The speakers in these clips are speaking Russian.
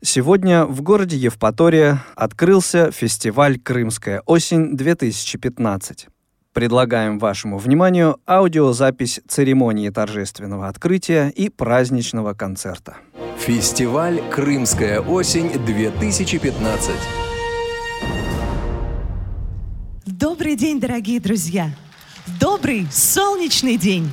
Сегодня в городе Евпатория открылся фестиваль «Крымская осень-2015». Предлагаем вашему вниманию аудиозапись церемонии торжественного открытия и праздничного концерта. Фестиваль «Крымская осень-2015». Добрый день, дорогие друзья! Добрый солнечный день!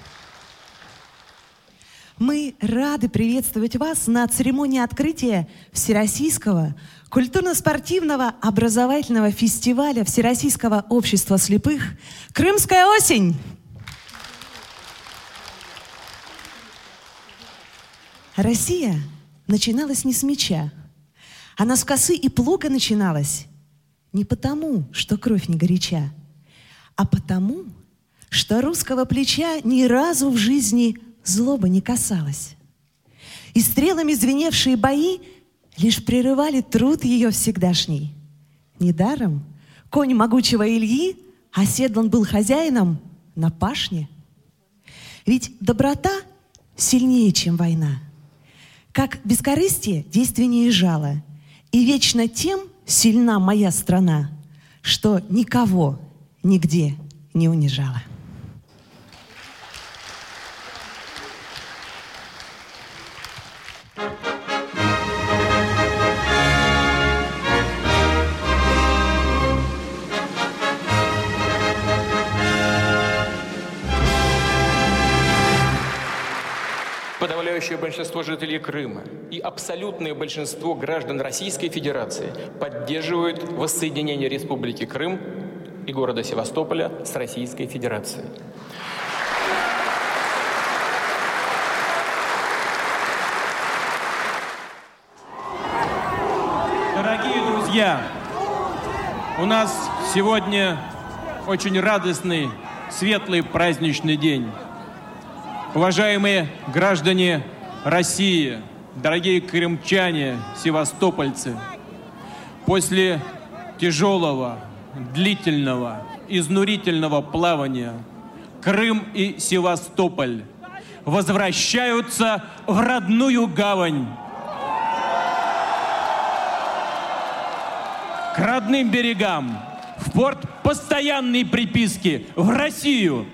Мы рады приветствовать вас на церемонии открытия Всероссийского культурно-спортивного образовательного фестиваля Всероссийского общества слепых «Крымская осень». Россия начиналась не с меча. Она с косы и плуга начиналась не потому, что кровь не горяча, а потому, что русского плеча ни разу в жизни злоба не касалась. И стрелами звеневшие бои лишь прерывали труд ее всегдашний. Недаром конь могучего Ильи оседлан был хозяином на пашне. Ведь доброта сильнее, чем война. Как бескорыстие действеннее жало. И вечно тем сильна моя страна, что никого нигде не унижала. Подавляющее большинство жителей Крыма и абсолютное большинство граждан Российской Федерации поддерживают воссоединение Республики Крым и города Севастополя с Российской Федерацией. Дорогие друзья, у нас сегодня очень радостный, светлый праздничный день. Уважаемые граждане России, дорогие крымчане, севастопольцы, после тяжелого, длительного, изнурительного плавания Крым и Севастополь возвращаются в родную гавань, к родным берегам, в порт постоянной приписки, в Россию.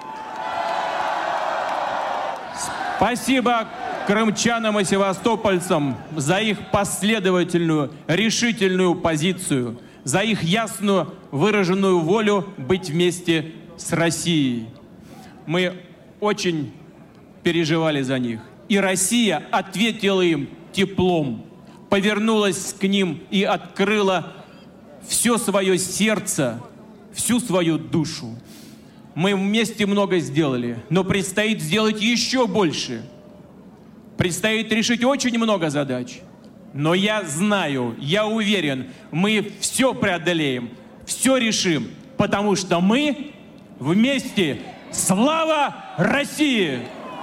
Спасибо крымчанам и севастопольцам за их последовательную, решительную позицию, за их ясную выраженную волю быть вместе с Россией. Мы очень переживали за них. И Россия ответила им теплом, повернулась к ним и открыла все свое сердце, всю свою душу. Мы вместе много сделали, но предстоит сделать еще больше. Предстоит решить очень много задач. Но я знаю, я уверен, мы все преодолеем, все решим, потому что мы вместе. Слава России!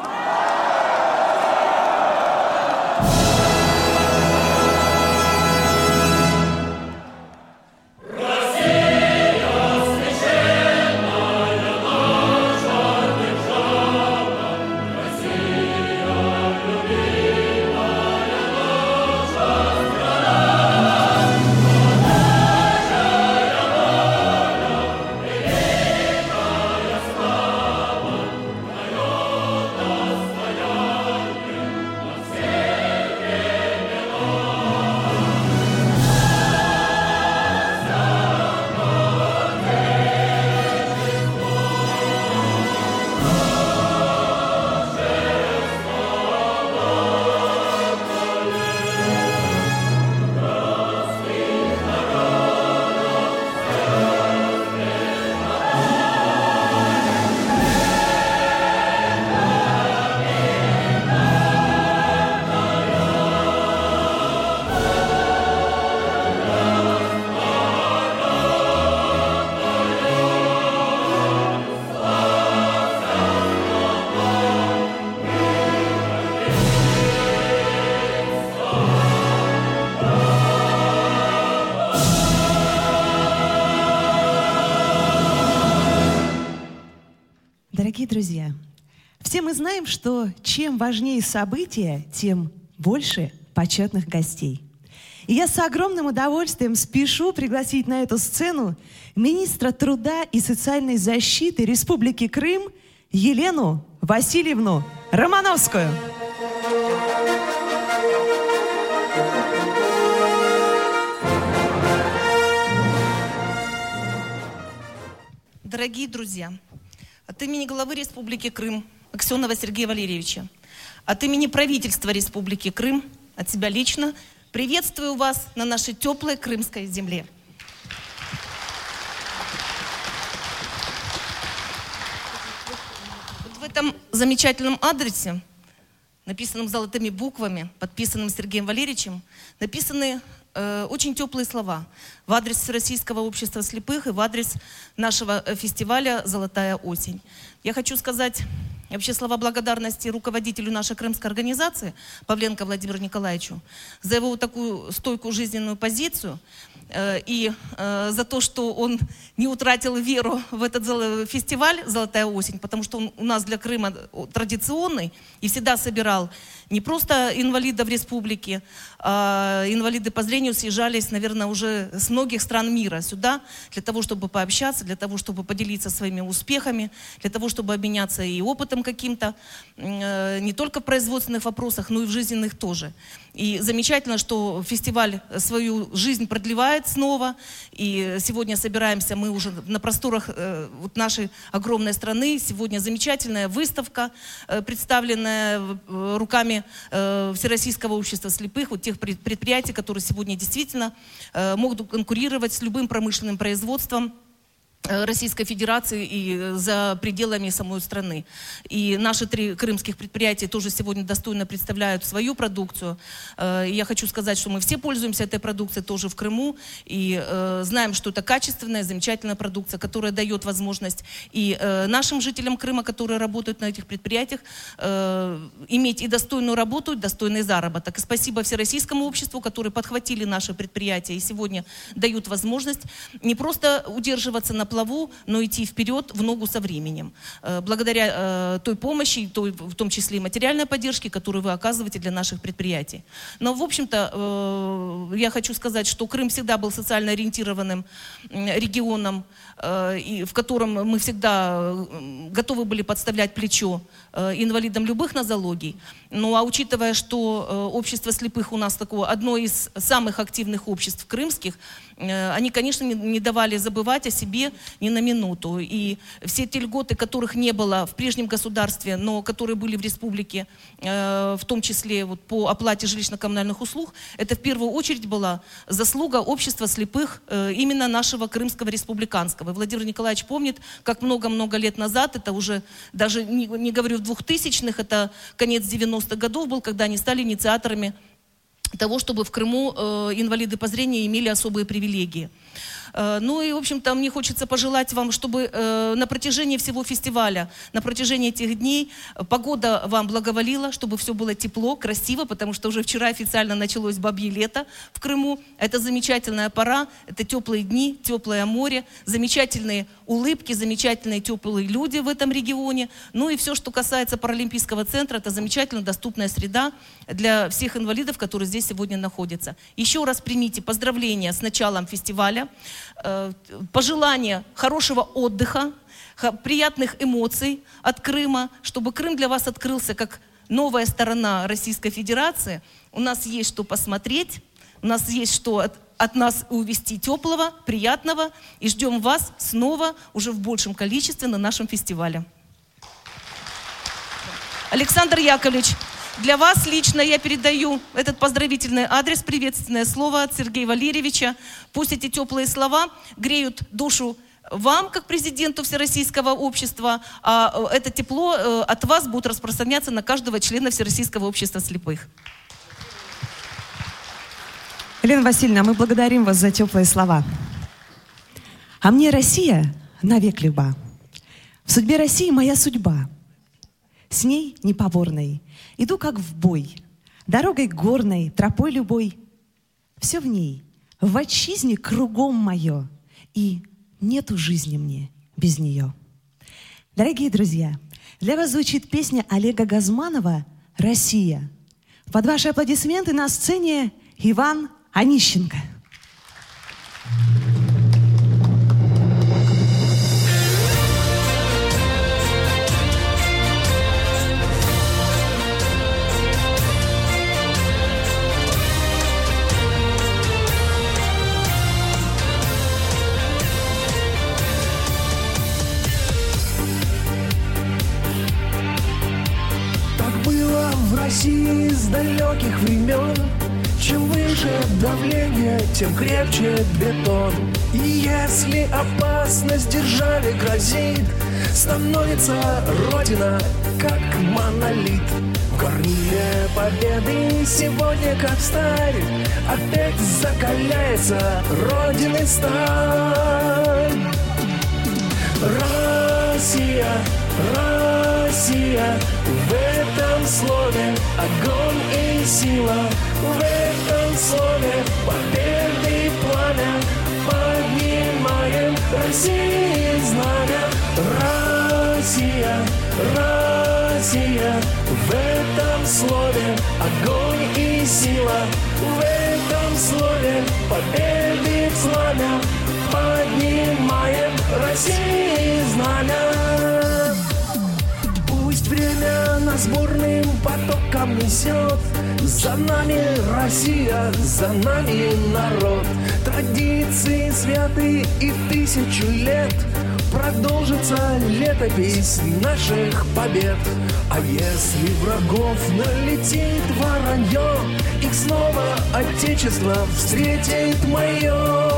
Дорогие друзья, все мы знаем, что чем важнее события, тем больше почетных гостей. И я с огромным удовольствием спешу пригласить на эту сцену министра труда и социальной защиты Республики Крым Елену Васильевну Романовскую. Дорогие друзья, от имени главы Республики Крым Аксенова Сергея Валерьевича, от имени правительства Республики Крым, от себя лично, приветствую вас на нашей теплой крымской земле. Вот в этом замечательном адресе, написанном золотыми буквами, подписанном Сергеем Валерьевичем, написаны очень теплые слова в адрес Всероссийского общества слепых и в адрес нашего фестиваля «Золотая осень». Я хочу сказать вообще слова благодарности руководителю нашей крымской организации Павленко Владимиру Николаевичу за его такую стойкую жизненную позицию и за то, что он не утратил веру в этот фестиваль «Золотая осень», потому что он у нас для Крыма традиционный и всегда собирал не просто инвалидов республики, а инвалиды по зрению съезжались, наверное, уже с многих стран мира сюда для того, чтобы пообщаться, для того, чтобы поделиться своими успехами, для того, чтобы обменяться и опытом каким-то, не только в производственных вопросах, но и в жизненных тоже. И замечательно, что фестиваль свою жизнь продлевает снова, и сегодня собираемся мы уже на просторах нашей огромной страны. Сегодня замечательная выставка, представленная руками Всероссийского общества слепых, вот тех предприятий, которые сегодня действительно могут конкурировать с любым промышленным производством Российской Федерации и за пределами самой страны. И наши 3 крымских предприятия тоже сегодня достойно представляют свою продукцию. Я хочу сказать, что мы все пользуемся этой продукцией тоже в Крыму и знаем, что это качественная, замечательная продукция, которая дает возможность и нашим жителям Крыма, которые работают на этих предприятиях, иметь и достойную работу, и достойный заработок. И спасибо Всероссийскому обществу, которые подхватили наши предприятия и сегодня дают возможность не просто удерживаться на плаву, но идти вперед в ногу со временем. Благодаря той помощи, в том числе и материальной поддержке, которую вы оказываете для наших предприятий. Но, в общем-то, я хочу сказать, что Крым всегда был социально ориентированным регионом, в котором мы всегда готовы были подставлять плечо инвалидам любых нозологий. Ну а учитывая, что общество слепых у нас такое одно из самых активных обществ крымских, они, конечно, не давали забывать о себе ни на минуту. И все те льготы, которых не было в прежнем государстве, но которые были в республике, в том числе вот по оплате жилищно-коммунальных услуг, это в первую очередь была заслуга общества слепых именно нашего крымского республиканского. И Владимир Николаевич помнит, как много-много лет назад, это уже даже не говорю в 2000-х, это конец 90-х годов был, когда они стали инициаторами того, чтобы в Крыму инвалиды по зрению имели особые привилегии. Ну и, в общем-то, мне хочется пожелать вам, чтобы на протяжении всего фестиваля, на протяжении этих дней погода вам благоволила, чтобы все было тепло, красиво, потому что уже вчера официально началось бабье лето в Крыму. Это замечательная пора, это теплые дни, теплое море, замечательные улыбки, замечательные теплые люди в этом регионе. Ну и все, что касается Паралимпийского центра, это замечательно доступная среда для всех инвалидов, которые здесь сегодня находятся. Еще раз примите поздравления с началом фестиваля, пожелания хорошего отдыха, приятных эмоций от Крыма, чтобы Крым для вас открылся как новая сторона Российской Федерации. У нас есть что посмотреть, у нас есть что от нас увезти теплого, приятного, и ждем вас снова уже в большем количестве на нашем фестивале. Александр Яковлевич, для вас лично я передаю этот поздравительный адрес, приветственное слово от Сергея Валерьевича. Пусть эти теплые слова греют душу вам, как президенту Всероссийского общества, а это тепло от вас будет распространяться на каждого члена Всероссийского общества слепых. Елена Васильевна, мы благодарим вас за теплые слова. А мне Россия навек люба. В судьбе России моя судьба. С ней непоборной иду как в бой, дорогой горной, тропой любой. Все в ней, в отчизне кругом мое, и нету жизни мне без нее. Дорогие друзья, для вас звучит песня Олега Газманова «Россия». Под ваши аплодисменты на сцене Иван Онищенко. России с далеких времен. Чем выше давление, тем крепче бетон. И если опасность держави грозит, становится Родина как монолит. В горниле победы сегодня как сталь опять закаляется Родины сталь. Россия, Россия, в этом слове огонь и сила, в этом слове победы пламя, поднимаем России знамя. Россия, Россия, в этом слове огонь и сила, в этом слове победы пламя, поднимаем России знамя. Пусть время нас бурным потоком несет, за нами Россия, за нами народ. Традиции святы и 1000 лет, продолжится летопись наших побед. А если врагов налетит воронье, их снова Отечество встретит мое.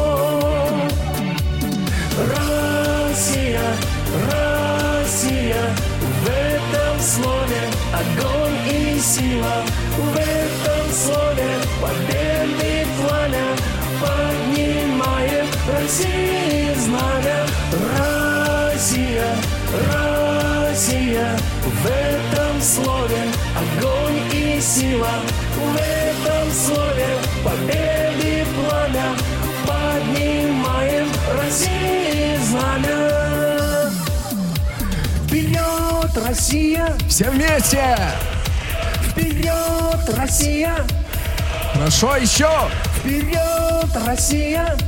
Россия, Россия, в этом слове огонь и сила, в этом слове победы пламя, поднимаем России знамя. Россия, Россия, в этом слове огонь и сила, в этом слове победы пламя, поднимаем России знамя. Вперед, Россия! Все вместе! Вперед, Россия! Хорошо, еще! Вперед, Россия!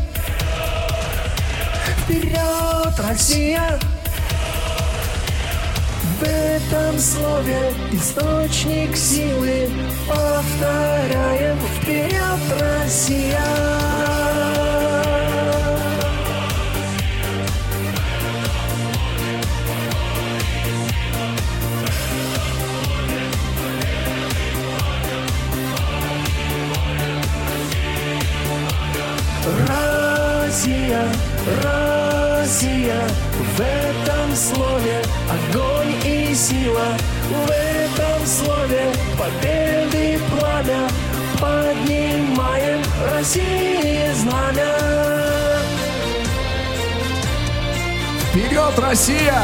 Вперед, Россия! В этом слове источник силы, повторяем: вперед, Россия! Россия, Россия, в этом слове огонь и сила, в этом слове победы пламя, поднимаем России знамя. Вперед, Россия!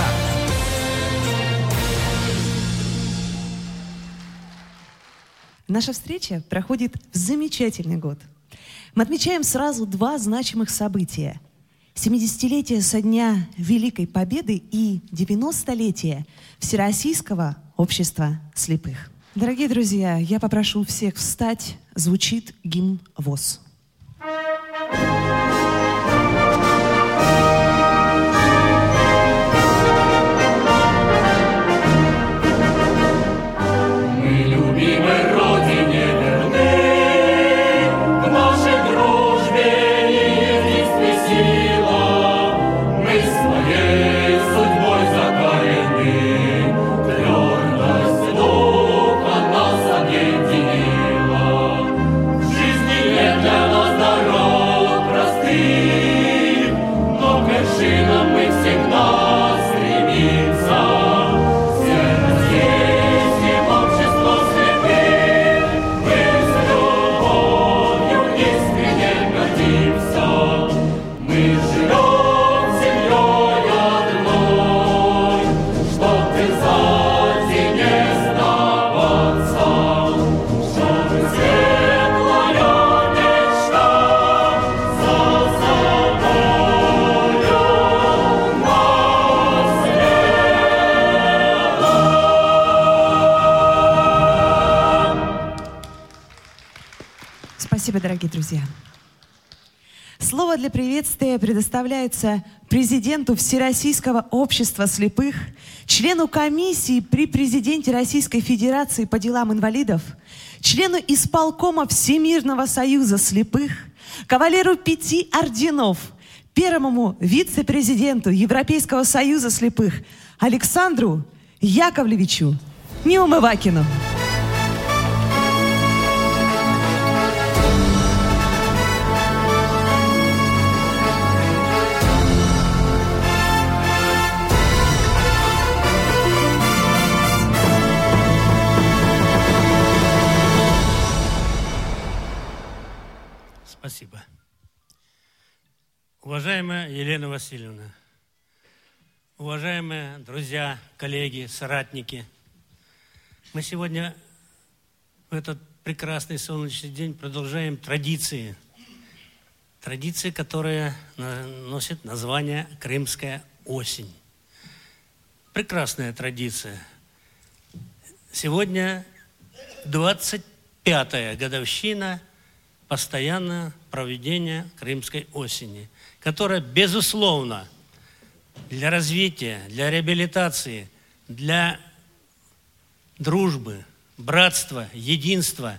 Наша встреча проходит в замечательный год. Мы отмечаем сразу 2 значимых события. 70-летие со дня Великой Победы и 90-летие Всероссийского общества слепых. Дорогие друзья, я попрошу всех встать. Звучит гимн ВОС. Для дорогие друзья. Слово для приветствия предоставляется президенту Всероссийского общества слепых, члену комиссии при президенте Российской Федерации по делам инвалидов, члену исполкома Всемирного союза слепых, кавалеру 5 орденов, первому вице-президенту Европейского союза слепых Александру Яковлевичу Неумывакину. Спасибо. Уважаемая Елена Васильевна, уважаемые друзья, коллеги, соратники, мы сегодня в этот прекрасный солнечный день продолжаем традиции, которые носят название «Крымская осень». Прекрасная традиция. Сегодня 25-я годовщина постоянное проведение Крымской осени, которая, безусловно, для развития, для реабилитации, для дружбы, братства, единства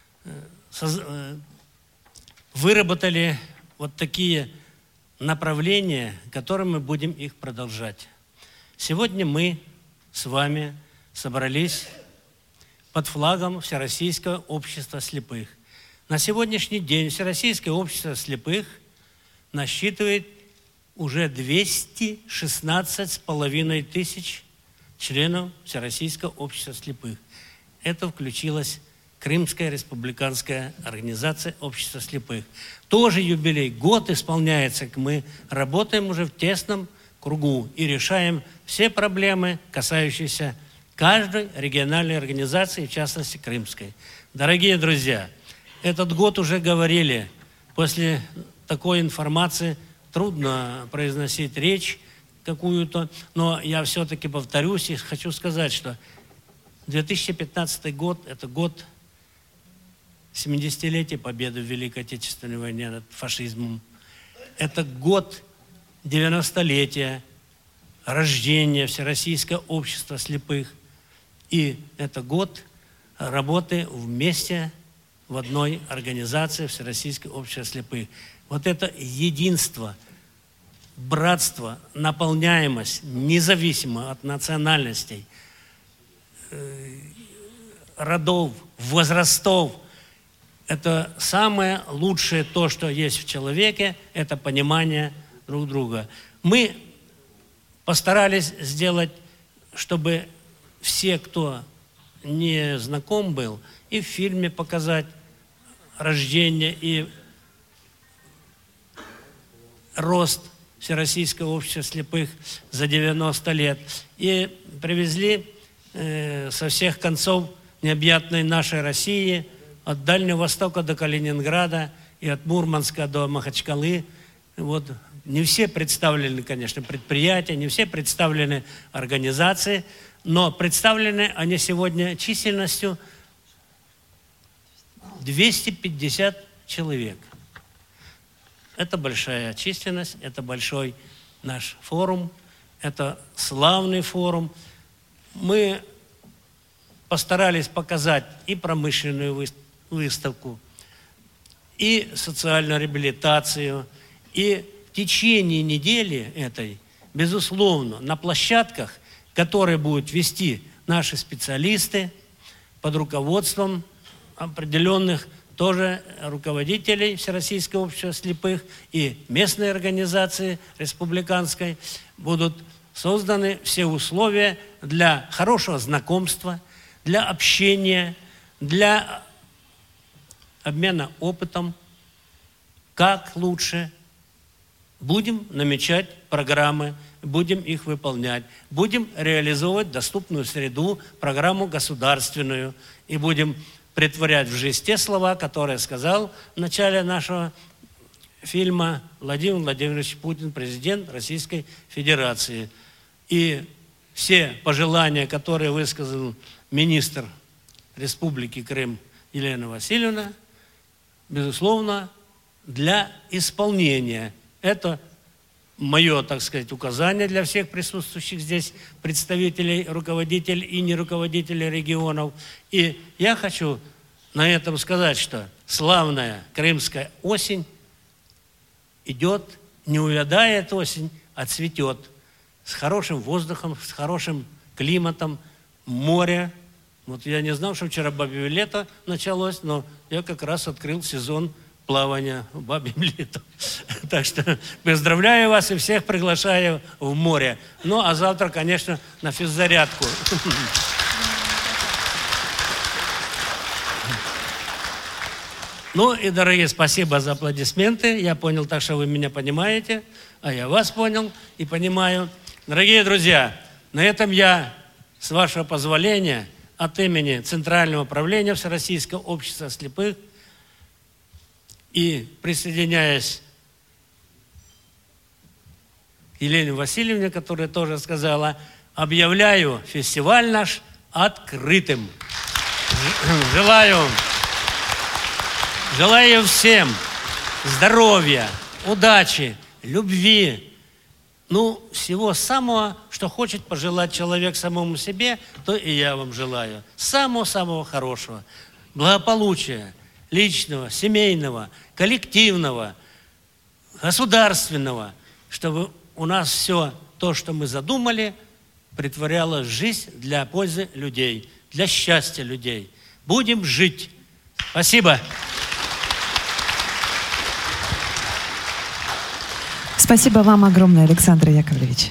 выработали вот такие направления, которыми мы будем их продолжать. Сегодня мы с вами собрались под флагом Всероссийского общества слепых. На сегодняшний день Всероссийское общество слепых насчитывает уже 216,5 тысяч членов Всероссийского общества слепых. Это включилась Крымская республиканская организация общества слепых. Тоже юбилей, год исполняется, мы работаем уже в тесном кругу и решаем все проблемы, касающиеся каждой региональной организации, в частности Крымской. Дорогие друзья, этот год уже говорили, после такой информации трудно произносить речь какую-то, но я все-таки повторюсь и хочу сказать, что 2015 год – это год 70-летия победы в Великой Отечественной войне над фашизмом. Это год 90-летия рождения Всероссийского общества слепых. И это год работы вместе в одной организации Всероссийского общества слепых. Вот это единство, братство, наполняемость, независимо от национальностей, родов, возрастов, это самое лучшее то, что есть в человеке, это понимание друг друга. Мы постарались сделать, чтобы все, кто не знаком был, и в фильме показать рождение и рост Всероссийского общества слепых за 90 лет. И привезли со всех концов необъятной нашей России, от Дальнего Востока до Калининграда и от Мурманска до Махачкалы. Вот. Не все представлены, конечно, предприятия, не все представлены организации, но представлены они сегодня численностью 250 человек. Это большая численность, это большой наш форум, это славный форум. Мы постарались показать и промышленную выставку, и социальную реабилитацию, и в течение недели этой, безусловно, на площадках, которые будут вести наши специалисты под руководством определенных тоже руководителей Всероссийского общества слепых и местной организации республиканской, будут созданы все условия для хорошего знакомства, для общения, для обмена опытом, как лучше. Будем намечать программы, будем их выполнять, будем реализовывать доступную среду, программу государственную, и будем претворять в жизнь те слова, которые сказал в начале нашего фильма Владимир Владимирович Путин, президент Российской Федерации. И все пожелания, которые высказал министр Республики Крым Елена Васильевна, безусловно, для исполнения. Это мое, так сказать, указание для всех присутствующих здесь представителей, руководителей и неруководителей регионов. И я хочу на этом сказать, что славная крымская осень идет, не увядает осень, а цветет. С хорошим воздухом, с хорошим климатом, море. Вот я не знал, что вчера бабье лето началось, но я как раз открыл сезон плавания в бабьем летом. Так что поздравляю вас и всех приглашаю в море. Ну, а завтра, конечно, на физзарядку. Ну и, дорогие, спасибо за аплодисменты. Я понял так, что вы меня понимаете, а я вас понял и понимаю. Дорогие друзья, на этом я, с вашего позволения, от имени Центрального управления Всероссийского общества слепых и присоединяясь к Елене Васильевне, которая тоже сказала, объявляю фестиваль наш открытым. Желаю всем здоровья, удачи, любви, ну, всего самого, что хочет пожелать человек самому себе, то и я вам желаю. Самого-самого хорошего. Благополучия личного, семейного, коллективного, государственного, чтобы у нас все то, что мы задумали, претворялось в жизнь для пользы людей, для счастья людей. Будем жить. Спасибо. Спасибо вам огромное, Александр Яковлевич.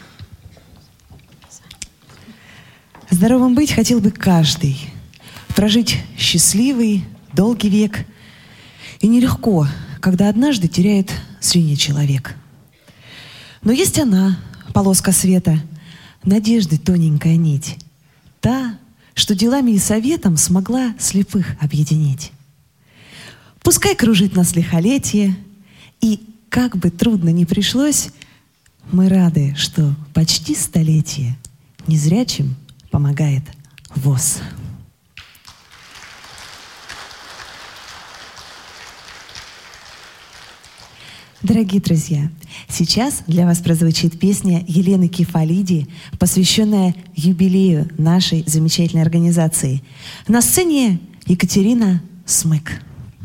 Здоровым быть хотел бы каждый. Прожить счастливый, долгий век. И нелегко, когда однажды теряет зрение человек. Но есть она, полоска света, надежды тоненькая нить. Та, что делами и советом смогла слепых объединить. Пускай кружит нас лихолетие, и как бы трудно ни пришлось, мы рады, что почти столетие незрячим помогает ВОС. Дорогие друзья, сейчас для вас прозвучит песня Елены Кефалиди, посвященная юбилею нашей замечательной организации. На сцене Екатерина Смык.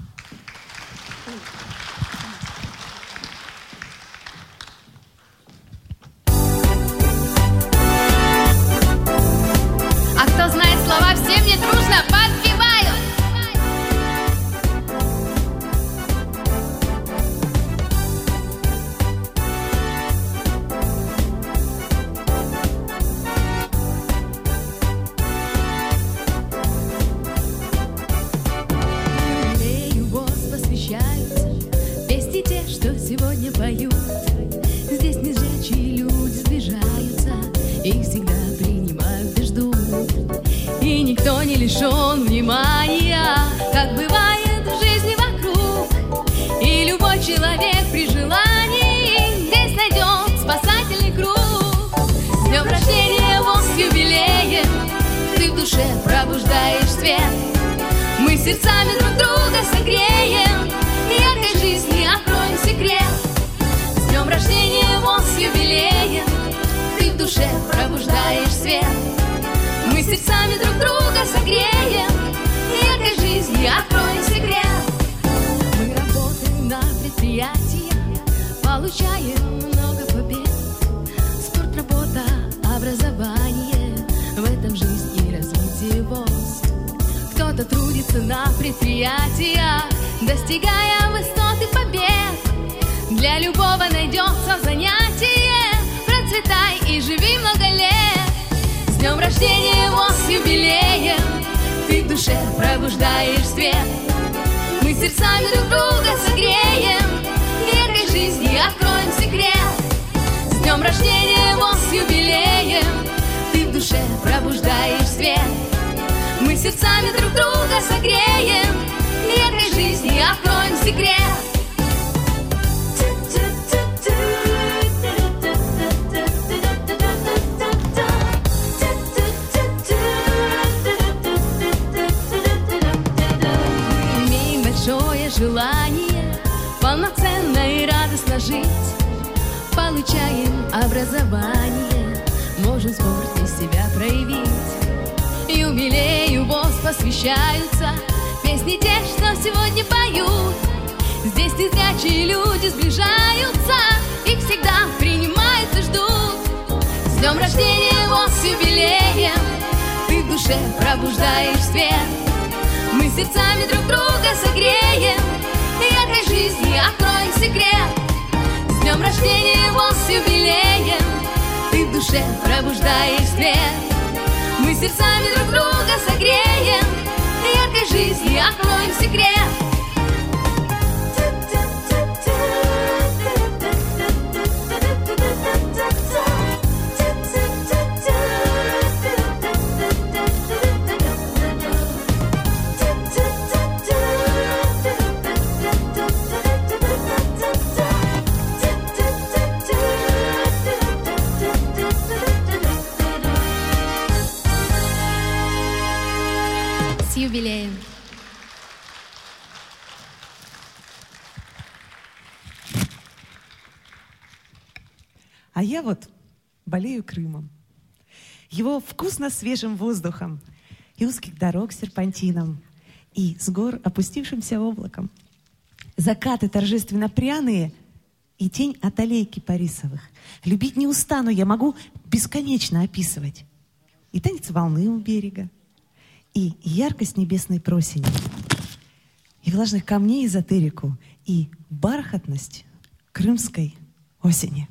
Сердцами друг друга согреем, яркой жизни откроем секрет. С днем рождения, ВОС, с юбилеем, ты в душе пробуждаешь свет. Мы сердцами друг друга согреем, яркой жизни откроем секрет. Мы работаем на предприятиях, получаем много побед. Спорт, работа, образование, в этом жизнь и развитие ВОС. Кто-то трудится на предприятиях, достигая высот и побед. Для любого найдется занятие, процветай и живи много лет. С днем рождения, ВОС, с юбилеем, ты в душе пробуждаешь свет. Мы сердцами друг друга согреем, яркой жизни откроем секрет. С днем рождения, ВОС, с юбилеем, ты в душе пробуждаешь свет. Мы сердцами друг друга согреем, яркой жизни откроем секрет. Мы имеем большое можно жить. Получаем образование, можем в спорте себя проявить. Юбилею ВОС посвящаются песни тех, что сегодня поют. Здесь незрячие люди сближаются, их всегда принимают и ждут. С днем рождения ВОС, с юбилеем, ты в душе пробуждаешь свет. Мы сердцами друг друга согреем, яркой жизни откроем секрет. С днем рождения ВОС, с юбилеем, ты в душе пробуждаешь свет. Мы сердцами друг друга согреем, яркой жизни откроем секрет. С юбилеем. А я вот болею Крымом. Его вкусно свежим воздухом и узких дорог серпантином, и с гор опустившимся облаком. Закаты торжественно пряные и тень от аллей кипарисовых. Любить не устану, я могу бесконечно описывать. И танец волны у берега, и яркость небесной просени, и влажных камней эзотерику, и бархатность крымской осени.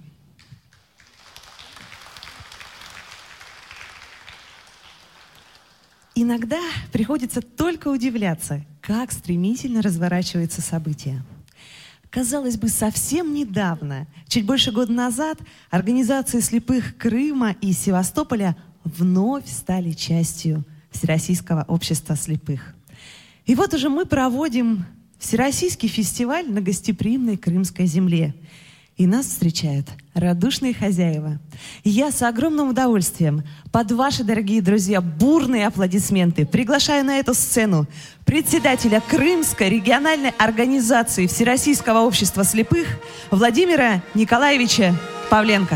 Иногда приходится только удивляться, как стремительно разворачиваются события. Казалось бы, совсем недавно, чуть больше года назад, организации слепых Крыма и Севастополя вновь стали частью Всероссийского общества слепых. И вот уже мы проводим Всероссийский фестиваль на гостеприимной крымской земле. И нас встречают радушные хозяева. И я с огромным удовольствием под ваши, дорогие друзья, бурные аплодисменты приглашаю на эту сцену председателя Крымской региональной организации Всероссийского общества слепых Владимира Николаевича Павленко.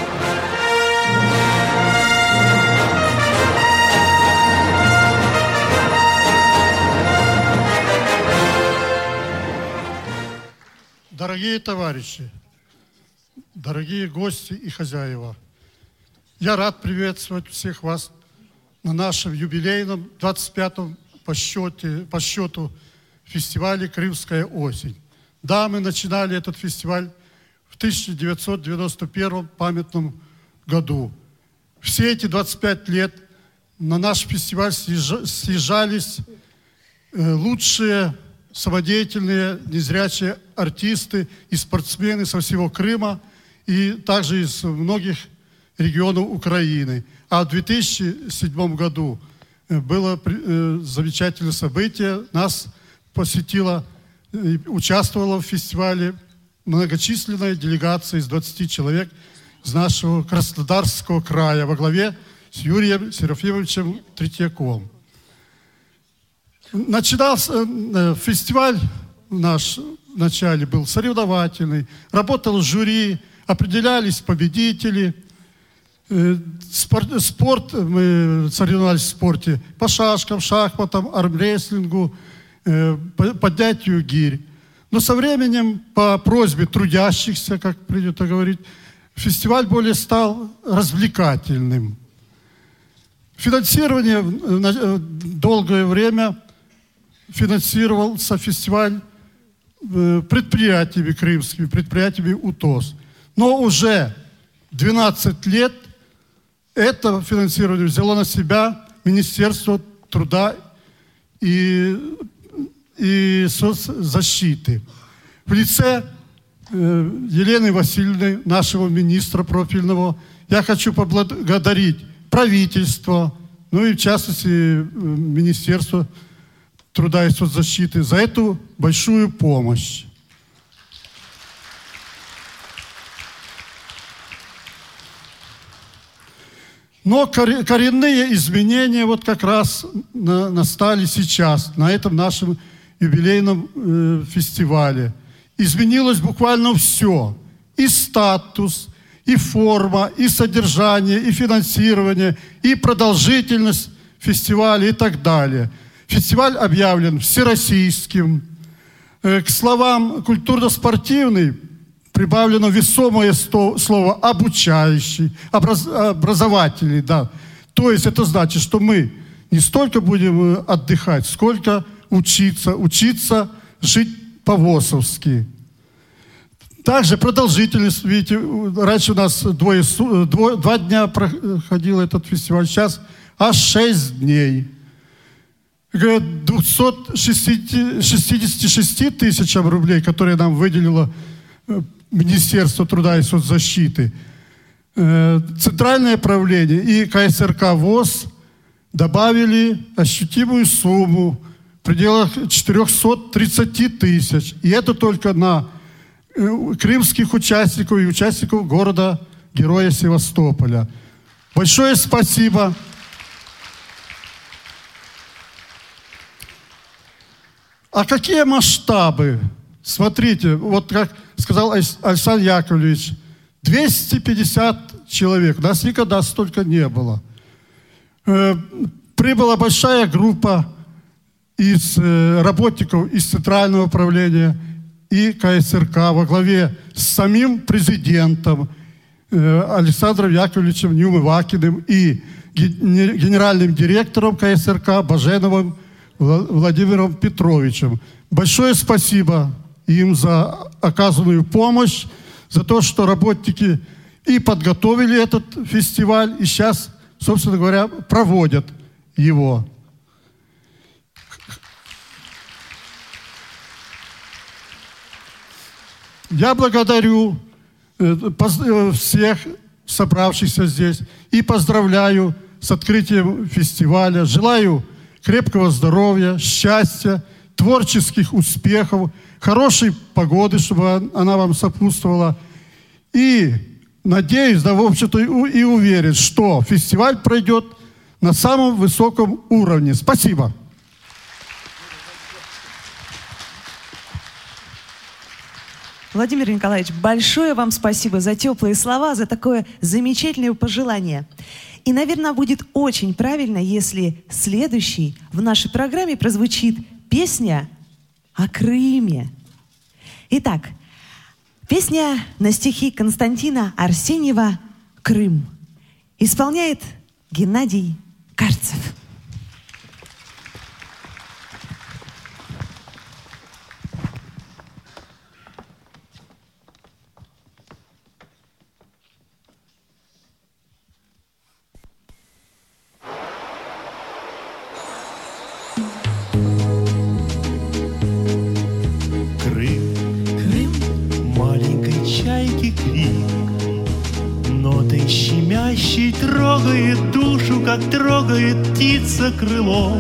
Дорогие товарищи, дорогие гости и хозяева, я рад приветствовать всех вас на нашем юбилейном 25-м по счету фестивале «Крымская осень». Да, мы начинали этот фестиваль в 1991 памятном году. Все эти 25 лет на наш фестиваль съезжались лучшие самодеятельные незрячие артисты и спортсмены со всего Крыма и также из многих регионов Украины. А в 2007 году было замечательное событие. Нас посетила, участвовала в фестивале многочисленная делегация из 20 человек из нашего Краснодарского края во главе с Юрием Серафимовичем Третьяковым. Начинался фестиваль наш вначале был соревновательный, работал жюри, определялись победители. Спорт, мы соревновались в спорте по шашкам, шахматам, армрестлингу, поднятию гирь. Но со временем, по просьбе трудящихся, как принято говорить, фестиваль более стал развлекательным. Финансирование долгое время финансировался фестиваль предприятиями крымскими, предприятиями УТОС. Но уже 12 лет это финансирование взяло на себя Министерство труда и соцзащиты. В лице Елены Васильевны, нашего министра профильного, я хочу поблагодарить правительство, ну и в частности Министерство труда и соцзащиты за эту большую помощь. Но коренные изменения вот как раз настали сейчас, на этом нашем юбилейном фестивале. изменилось буквально все. И статус, и форма, и содержание, и финансирование, и продолжительность фестиваля и так далее. Фестиваль объявлен всероссийским. К словам «культурно-спортивный» прибавлено весомое слово «обучающий», «образовательный». Да. То есть это значит, что мы не столько будем отдыхать, сколько учиться жить по-восовски. Также продолжительность, видите, раньше у нас 2 дня проходил этот фестиваль, сейчас аж 6 дней. К 266 тысячам рублей, которые нам выделило Министерство труда и соцзащиты, Центральное правление и КСРК ВОС добавили ощутимую сумму в пределах 430 тысяч. И это только на крымских участников и участников города-героя Севастополя. Большое спасибо. А какие масштабы? Смотрите, вот как сказал Александр Яковлевич, 250 человек. У нас никогда столько не было. Прибыла большая группа из работников из Центрального управления и КСРК во главе с самим президентом Александром Яковлевичем Неумывакиным и генеральным директором КСРК Баженовым Владимиром Петровичем. Большое спасибо им за оказанную помощь, за то, что работники и подготовили этот фестиваль, и сейчас, собственно говоря, проводят его. Я благодарю всех собравшихся здесь и поздравляю с открытием фестиваля. Желаю крепкого здоровья, счастья, творческих успехов, хорошей погоды, чтобы она вам сопутствовала. И надеюсь, да, в общем-то, и уверен, что фестиваль пройдет на самом высоком уровне. Спасибо. Владимир Николаевич, большое вам спасибо за теплые слова, за такое замечательное пожелание. И, наверное, будет очень правильно, если следующий в нашей программе прозвучит песня о Крыме. Итак, песня на стихи Константина Арсеньева «Крым». Исполняет Геннадий Карцев. Щемящий трогает душу, как трогает птица крылом.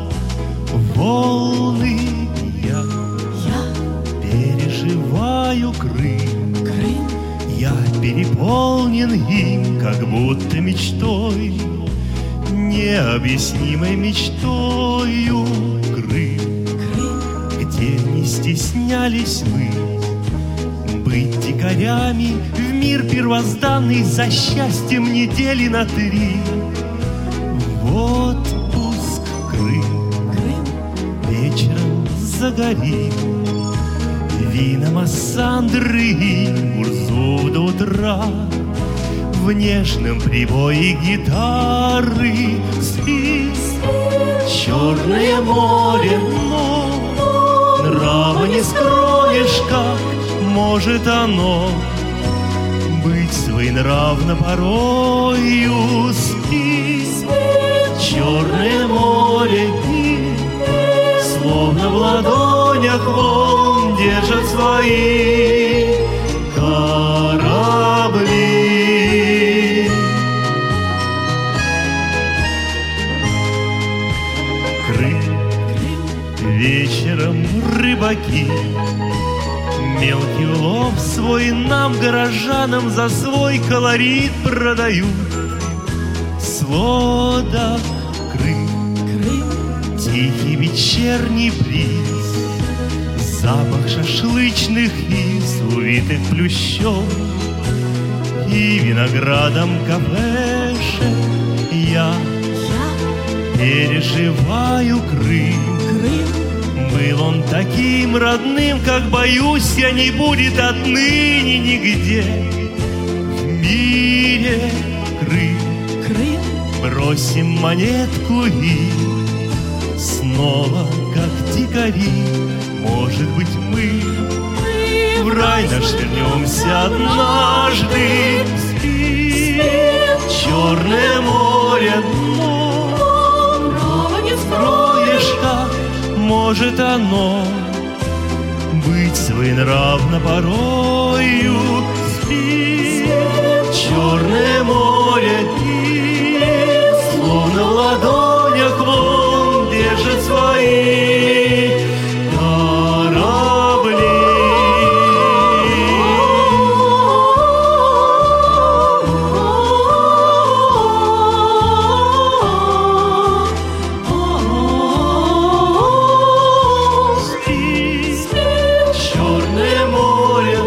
Волны я переживаю Крым. Я переполнен им, как будто мечтой, необъяснимой мечтою. Крым, где не стеснялись мы быть дикарями в мир первозданный, за счастьем недели на 3. Вот пуск Крым, вечером загорим вина массандры и Мурзу до утра. В нежном прибое гитары спит Черное море, но нрава не скроешь, как может оно быть своенравно порою. Спит Черное море, и словно в ладонях волн держат свои корабли. Крым, вечером рыбаки мелкий улов свой нам, горожанам, за свой колорит продают. Сводок Крым, тихий вечерний бриз запах шашлычных из увитых плющом и виноградом кафешек я переживаю Крым. Был он таким родным, как, боюсь, я не будет отныне нигде в мире. Крым, бросим монетку и снова, как дикари, может быть, мы в рай наш вернемся однажды. Спит Черное море, но не скроешь, как может оно быть своенравно порою. Спит Черное море, и словно в ладонях вон держит свои корабли. Спит Черное море,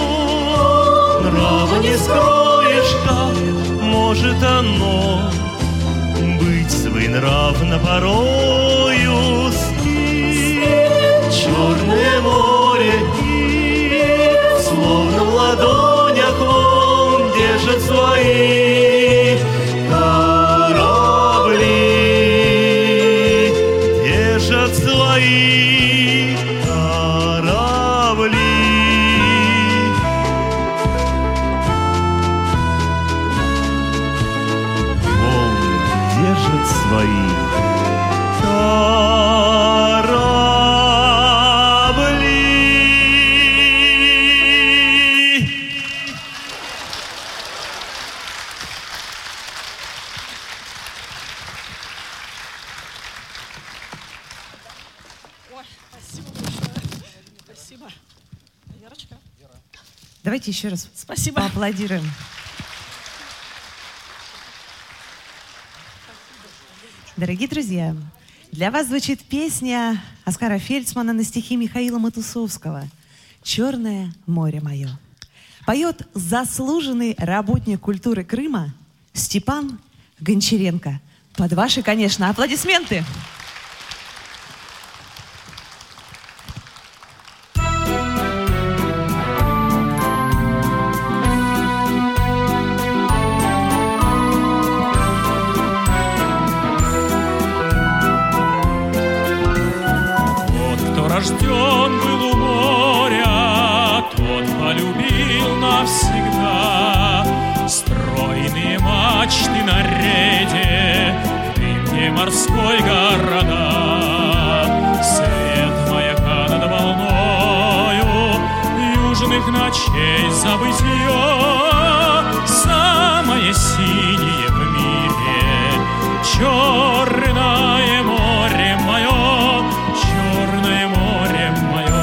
нрава не скроешь, как может оно быть своенравно порою. Спит Черное море, и словно в ладонях он держит свои корабли, держат свои корабли. Держат свои корабли. Спасибо. Верочка. Давайте еще раз поаплодируем. Дорогие друзья, для вас звучит песня Оскара Фельдсмана на стихи Михаила Матусовского «Черное море мое». Поет заслуженный работник культуры Крыма Степан Гончаренко. Под ваши, конечно, аплодисменты. Рожден был у моря, тот полюбил навсегда. Стройные мачты на рейде, в дымке морской города. Свет маяка над волною южных ночей забытье. Самое синее в мире, черное море мое, черное море мое.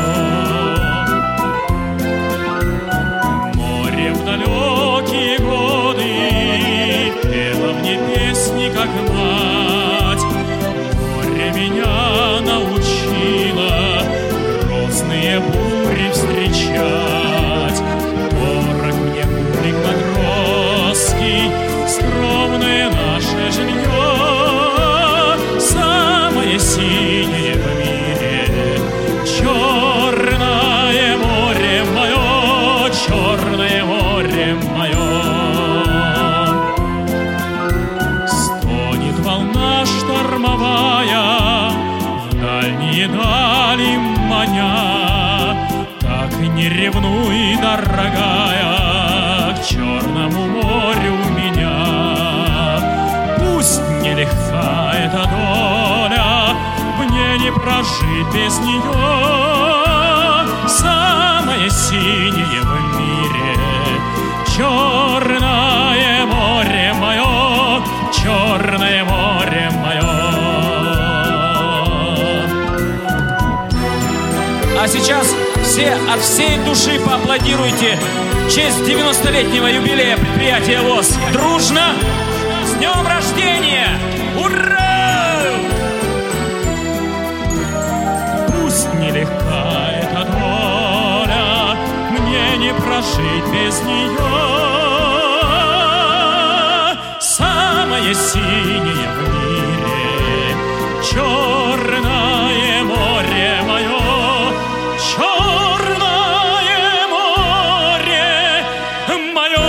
Море в далекие годы пело мне песни, как мать. Море меня научило грозные бури встречать. Дорог мне кубрик матросский, скромное наше жилье. Самое синее в мире, черное море мое, черное море мое. Стонет волна штормовая, в дальние дали маня. Так не ревнуй, дорогая, к Черному морю меня. Пусть нелегка эта доля, мне не прожить без нее. Самое синее в мире, черное море мое, черное море мое. А сейчас все от всей души поаплодируйте в честь 90-летнего юбилея предприятия ВОС. Дружно! С днем рождения! Ура! Пусть нелегка эта прожить без нее. Самое синее в мире, черное море мое, черное море мое.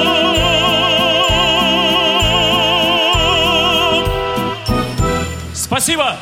Спасибо!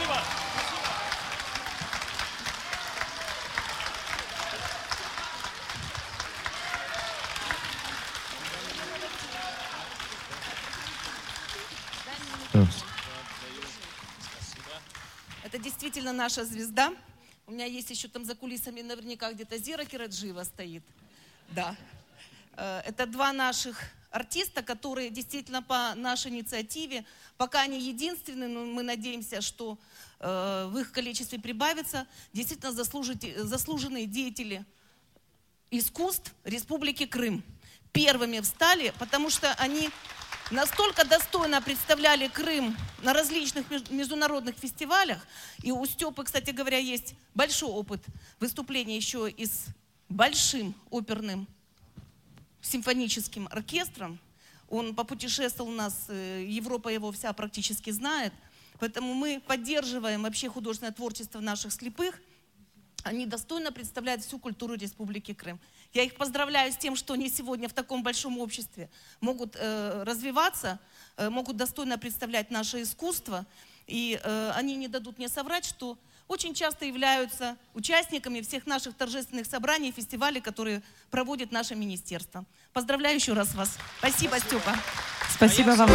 Это действительно наша звезда. У меня есть еще там за кулисами наверняка где-то Зира Кираджиева стоит. Да. Это два наших артиста, которые действительно по нашей инициативе, пока они единственные, но мы надеемся, что в их количестве прибавится, действительно заслуженные деятели искусств Республики Крым. Первыми встали, потому что они настолько достойно представляли Крым на различных международных фестивалях. И у Степы, кстати говоря, есть большой опыт выступления еще и с большим оперным симфоническим оркестром. Он попутешествовал у нас, Европа его вся практически знает. Поэтому мы поддерживаем вообще художественное творчество наших слепых. Они достойно представляют всю культуру Республики Крым. Я их поздравляю с тем, что они сегодня в таком большом обществе могут развиваться, могут достойно представлять наше искусство. И они не дадут мне соврать, что очень часто являются участниками всех наших торжественных собраний и фестивалей, которые проводит наше министерство. Поздравляю еще раз вас. Спасибо, Степа. Спасибо вам.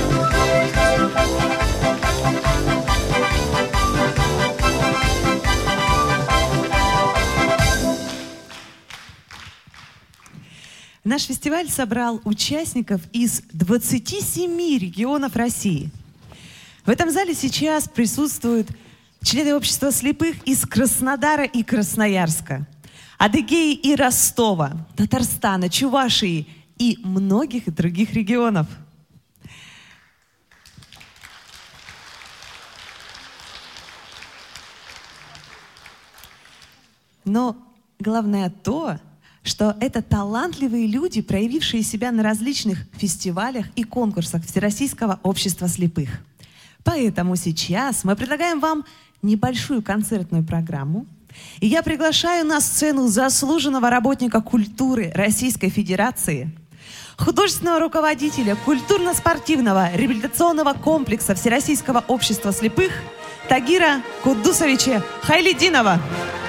Наш фестиваль собрал участников из 27 регионов России. В этом зале сейчас присутствуют члены общества слепых из Краснодара и Красноярска, Адыгеи и Ростова, Татарстана, Чувашии и многих других регионов. Но главное то, что это талантливые люди, проявившие себя на различных фестивалях и конкурсах Всероссийского общества слепых. Поэтому сейчас мы предлагаем вам небольшую концертную программу. И я приглашаю на сцену заслуженного работника культуры Российской Федерации, художественного руководителя культурно-спортивного реабилитационного комплекса Всероссийского общества слепых Тагира Куддусовича Хайлидинова.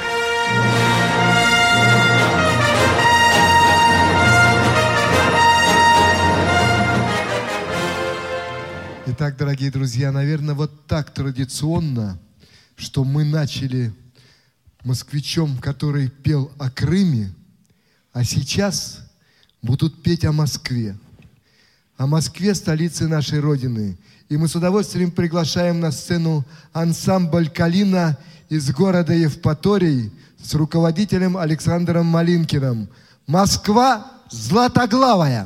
Итак, дорогие друзья, наверное, вот так традиционно, что мы начали москвичом, который пел о Крыме, а сейчас будут петь о Москве. О Москве, столице нашей Родины. И мы с удовольствием приглашаем на сцену ансамбль «Калина» из города Евпаторий с руководителем Александром Малинкиным. «Москва златоглавая».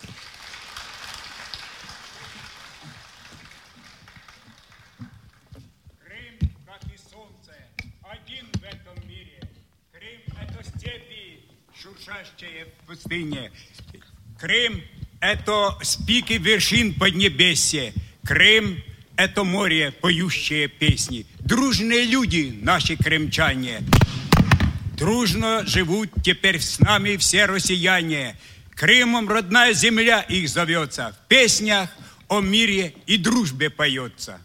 В пустыне. Крым – это спики вершин Поднебесья. Крым – это море, поющее песни. Дружные люди, наши крымчане. Дружно живут теперь с нами все россияне. Крымом родная земля их зовется. В песнях о мире и дружбе поется.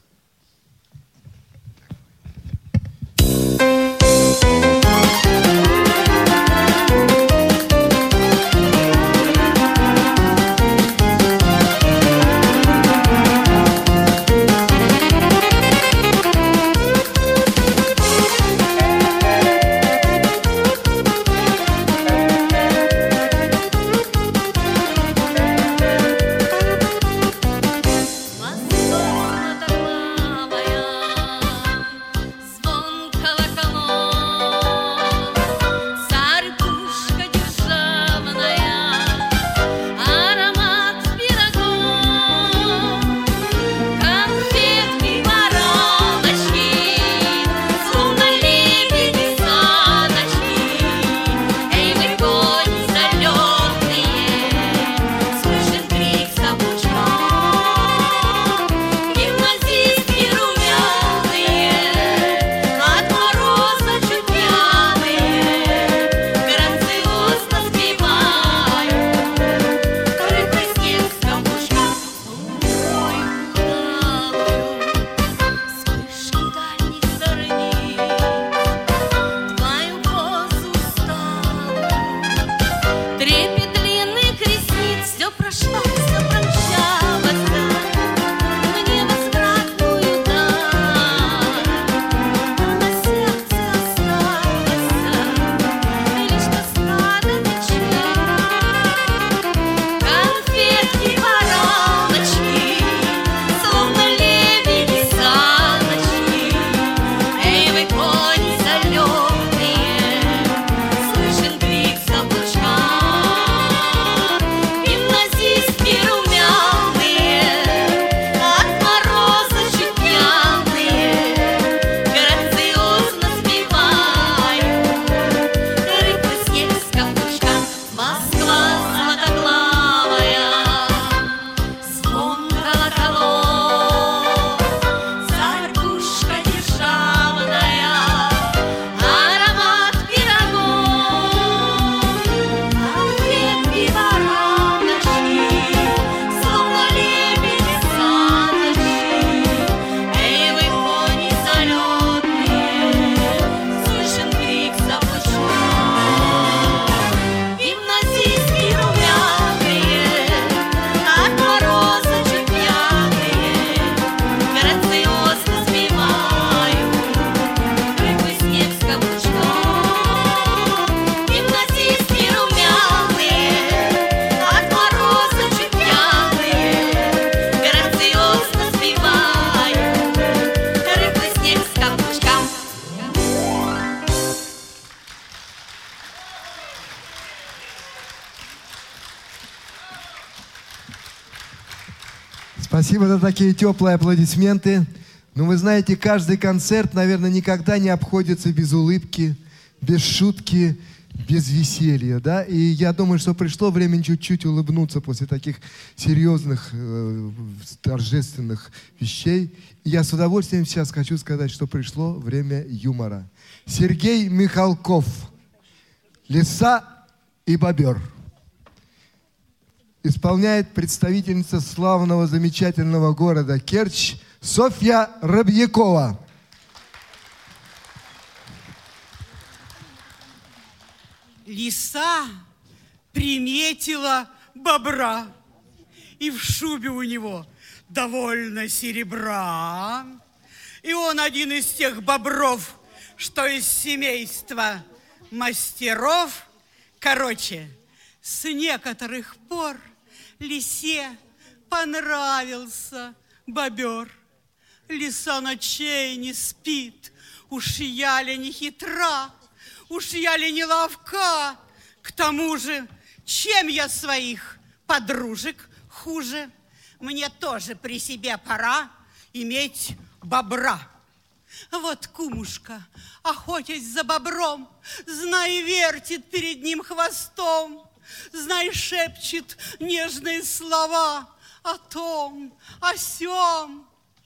Москва, Спасибо за такие теплые аплодисменты. Ну, вы знаете, каждый концерт, наверное, никогда не обходится без улыбки, без шутки, без веселья, да? И я думаю, что пришло время чуть-чуть улыбнуться после таких серьезных, торжественных вещей. И я с удовольствием сейчас хочу сказать, что пришло время юмора. Сергей Михалков. «Лиса и бобер». Исполняет представительница славного, замечательного города Керчь Софья Рабьякова. Лиса приметила бобра, и в шубе у него довольно серебра. И он один из тех бобров, что из семейства мастеров. Короче, с некоторых пор лисе понравился бобер. Лиса ночей не спит, уж я ли не хитра, уж я ли не ловка. К тому же, чем я своих подружек хуже? Мне тоже при себе пора иметь бобра. Вот кумушка, охотясь за бобром, знай, вертит перед ним хвостом, знай, шепчет нежные слова о том, о сём.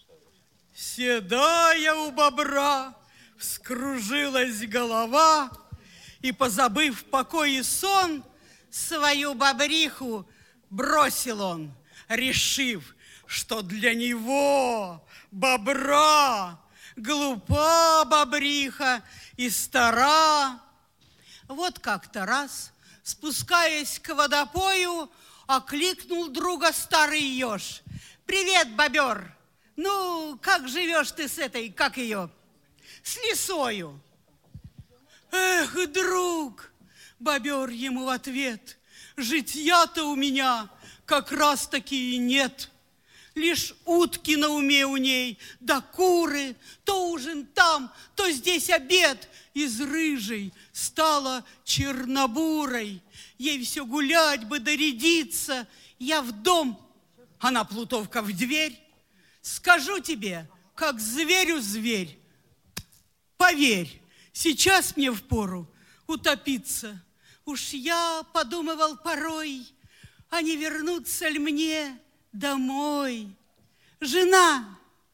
Седая у бобра вскружилась голова, и, позабыв покой и сон, свою бобриху бросил он, решив, что для него, бобра, глупа бобриха и стара. Вот как-то раз, спускаясь к водопою, окликнул друга старый еж. «Привет, бобер! Ну, как живешь ты с этой, как ее, с лисою?» «Эх, друг!» — бобер ему в ответ. «Житья-то у меня как раз-таки и нет. Лишь утки на уме у ней, да куры, то ужин там, то здесь обед. Из рыжей стала чернобурой. Ей все гулять бы, дорядиться. Я в дом, она плутовка в дверь. Скажу тебе, как зверю зверь. Поверь, сейчас мне впору утопиться. Уж я подумывал порой, а не вернуться ли мне домой. Жена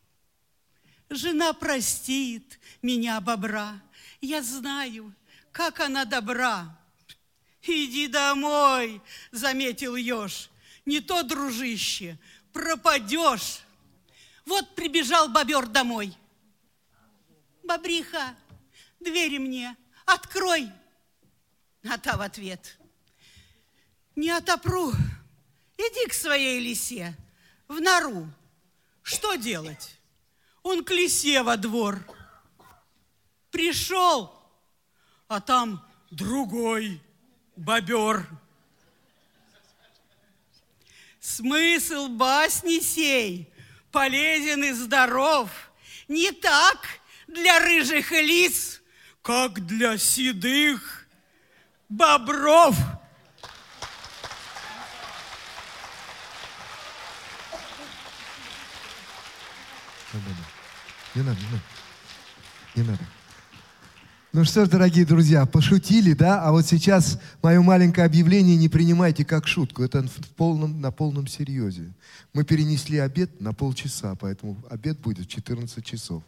простит меня, бобра. Я знаю, как она добра. Иди домой, заметил еж. Не то, дружище, пропадешь. Вот прибежал бобер домой. Бобриха, двери мне открой. А та в ответ: не отопру. Иди к своей лисе в нору. Что делать? Он к лисе во двор. Пришел, а там другой бобер. Смысл басни сей полезен и здоров. Не так для рыжих лис, как для седых бобров. Не надо. Ну что ж, дорогие друзья, пошутили, да? А вот сейчас мое маленькое объявление не принимайте как шутку. Это на полном серьезе. Мы перенесли обед на полчаса, поэтому обед будет в 14 часов.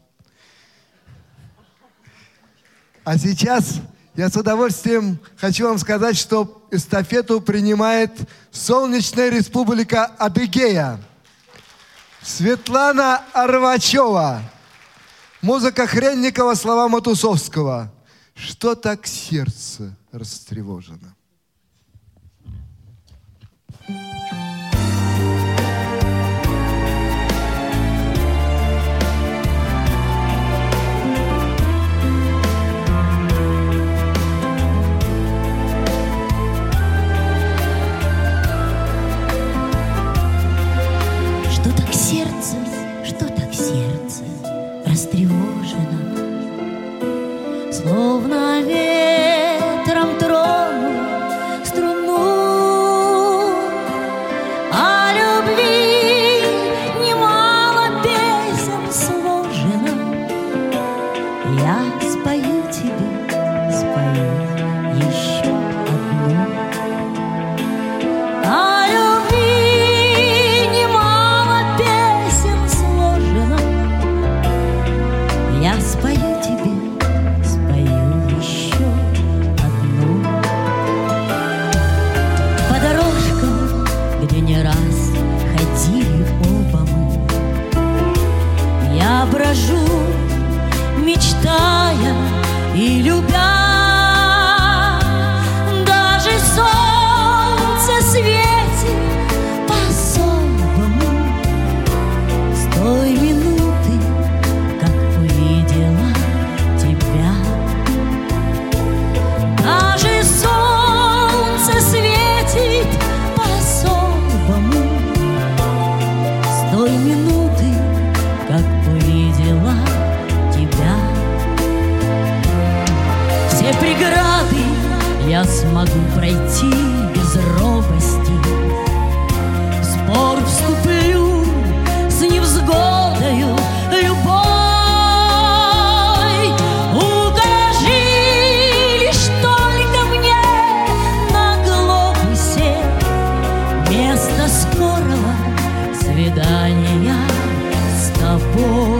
А сейчас я с удовольствием хочу вам сказать, что эстафету принимает Солнечная Республика Адыгея. Светлана Арвачева. Музыка Хренникова, слова Матусовского. Что так сердце растревожено? Что так сердце растревожено, словно ветром тронут и любя. Даже солнце светит по-особому с той минуты, как увидела тебя. Даже солнце светит по-особому с той минуты, как увидела тебя. Все преграды я смогу пройти без робости. В спор вступлю с невзгодою любой. Укажи лишь только мне на глобусе место скорого свидания с тобой.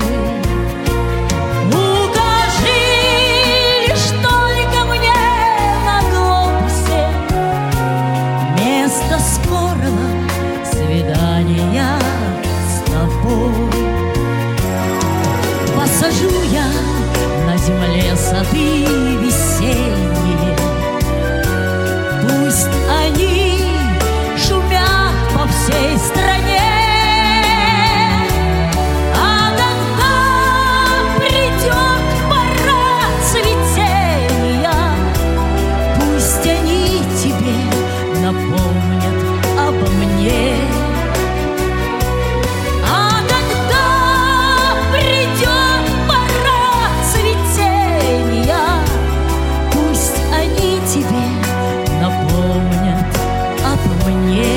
Свидания с тобой. Посажу я на земле сады весенние, пусть они шумят по всей стране. А когда придет пора цветения, пусть они тебе напомнят обо мне. А когда придет пора цветения, пусть они тебе напомнят обо мне.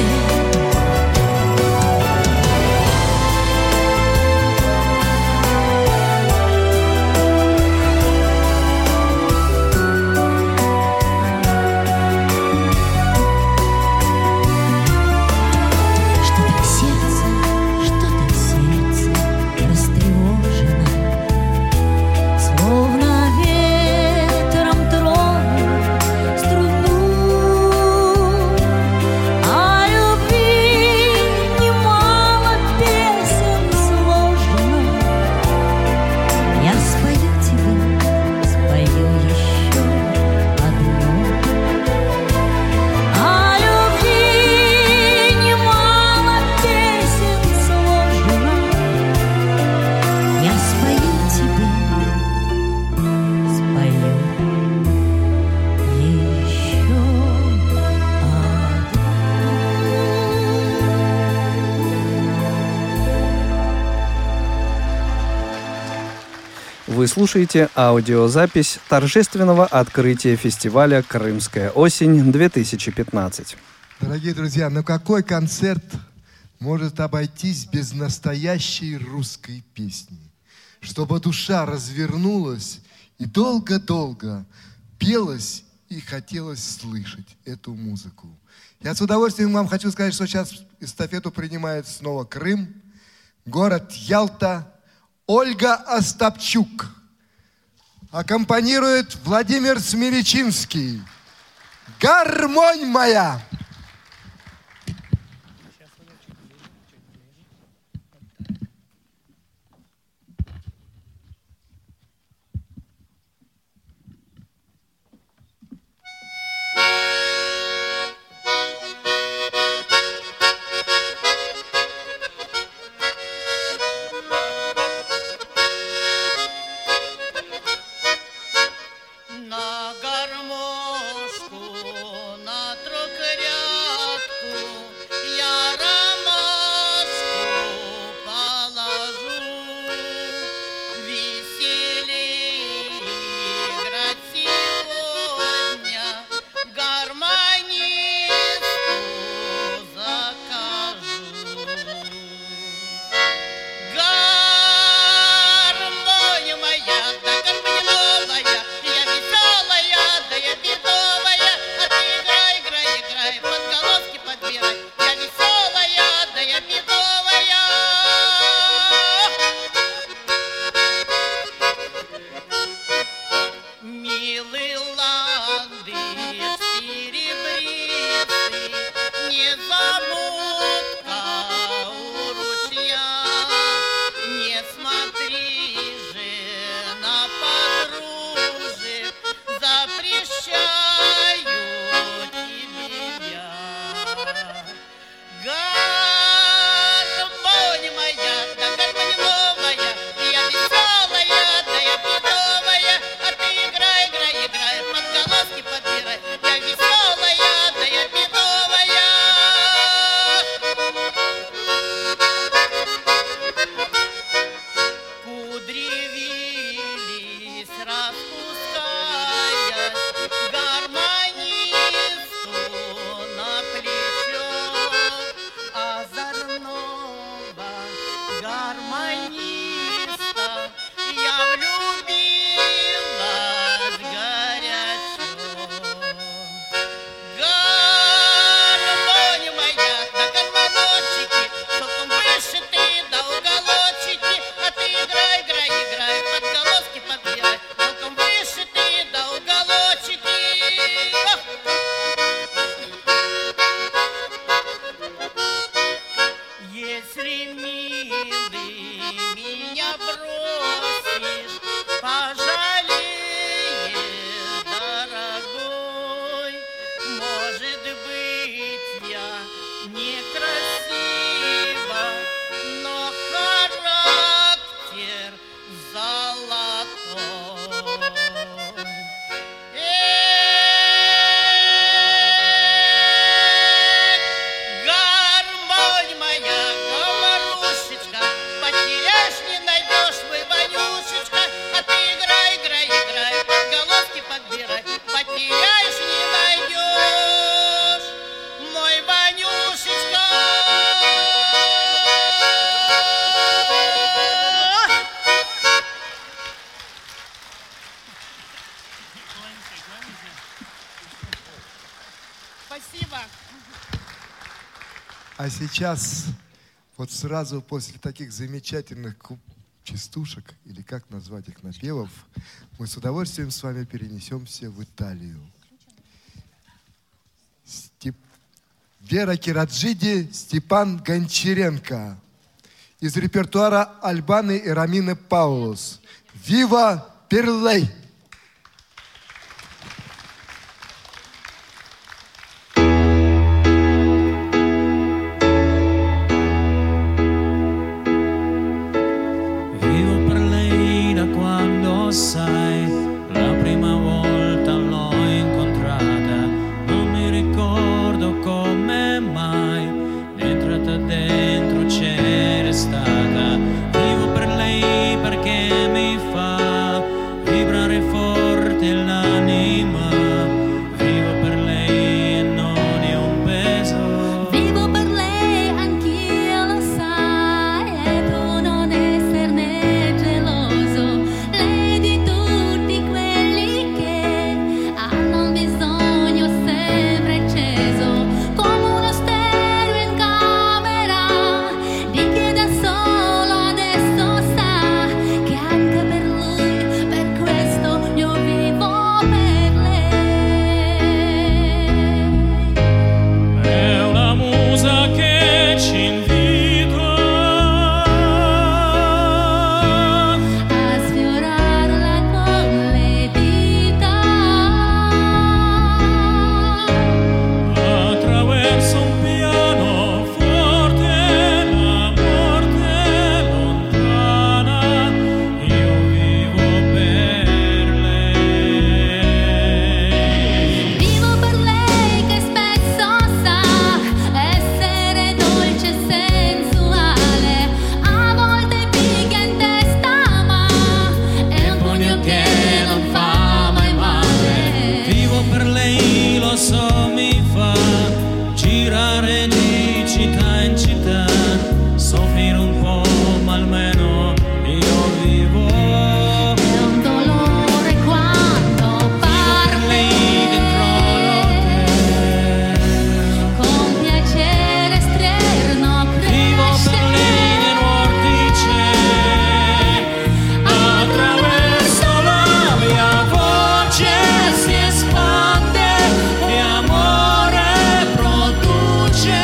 Вы слушаете аудиозапись торжественного открытия фестиваля «Крымская осень-2015». Дорогие друзья, ну какой концерт может обойтись без настоящей русской песни? Чтобы душа развернулась и долго-долго пелась и хотелось слышать эту музыку. Я с удовольствием вам хочу сказать, что сейчас эстафету принимает снова Крым, город Ялта, Ольга Остапчук. Аккомпанирует Владимир Смиричинский. «Гармонь моя». На гармошку, на трухрядку я ромашку положу. Веселей играть сегодня гармонисту закажу. Гармонь моя, да гармонь новая, я веселая, да я бедовая, а ты играй, играй, играй, под головки подбирай. Я веселая, да я бедовая. Милый ландыш серебристый, незабудка у ручья. Не смотри же на подружек, Спасибо. А сейчас, вот сразу после таких замечательных частушек, или как назвать их, напевов, мы с удовольствием с вами перенесемся в Италию. Вера Кираджиди, Степан Гончаренко. Из репертуара Альбаны и Ромины Паулус. «Вива Перлей». Sai, la prima volta l'ho incontrata, non mi ricordo come mai, entrata dentro c'era stata, vivo per lei perché mi fa vibrare forte l'anima, vivo per lei e non è un peso, vivo per lei anch'io lo sai, e tu non esserne geloso. si espande e amore produce.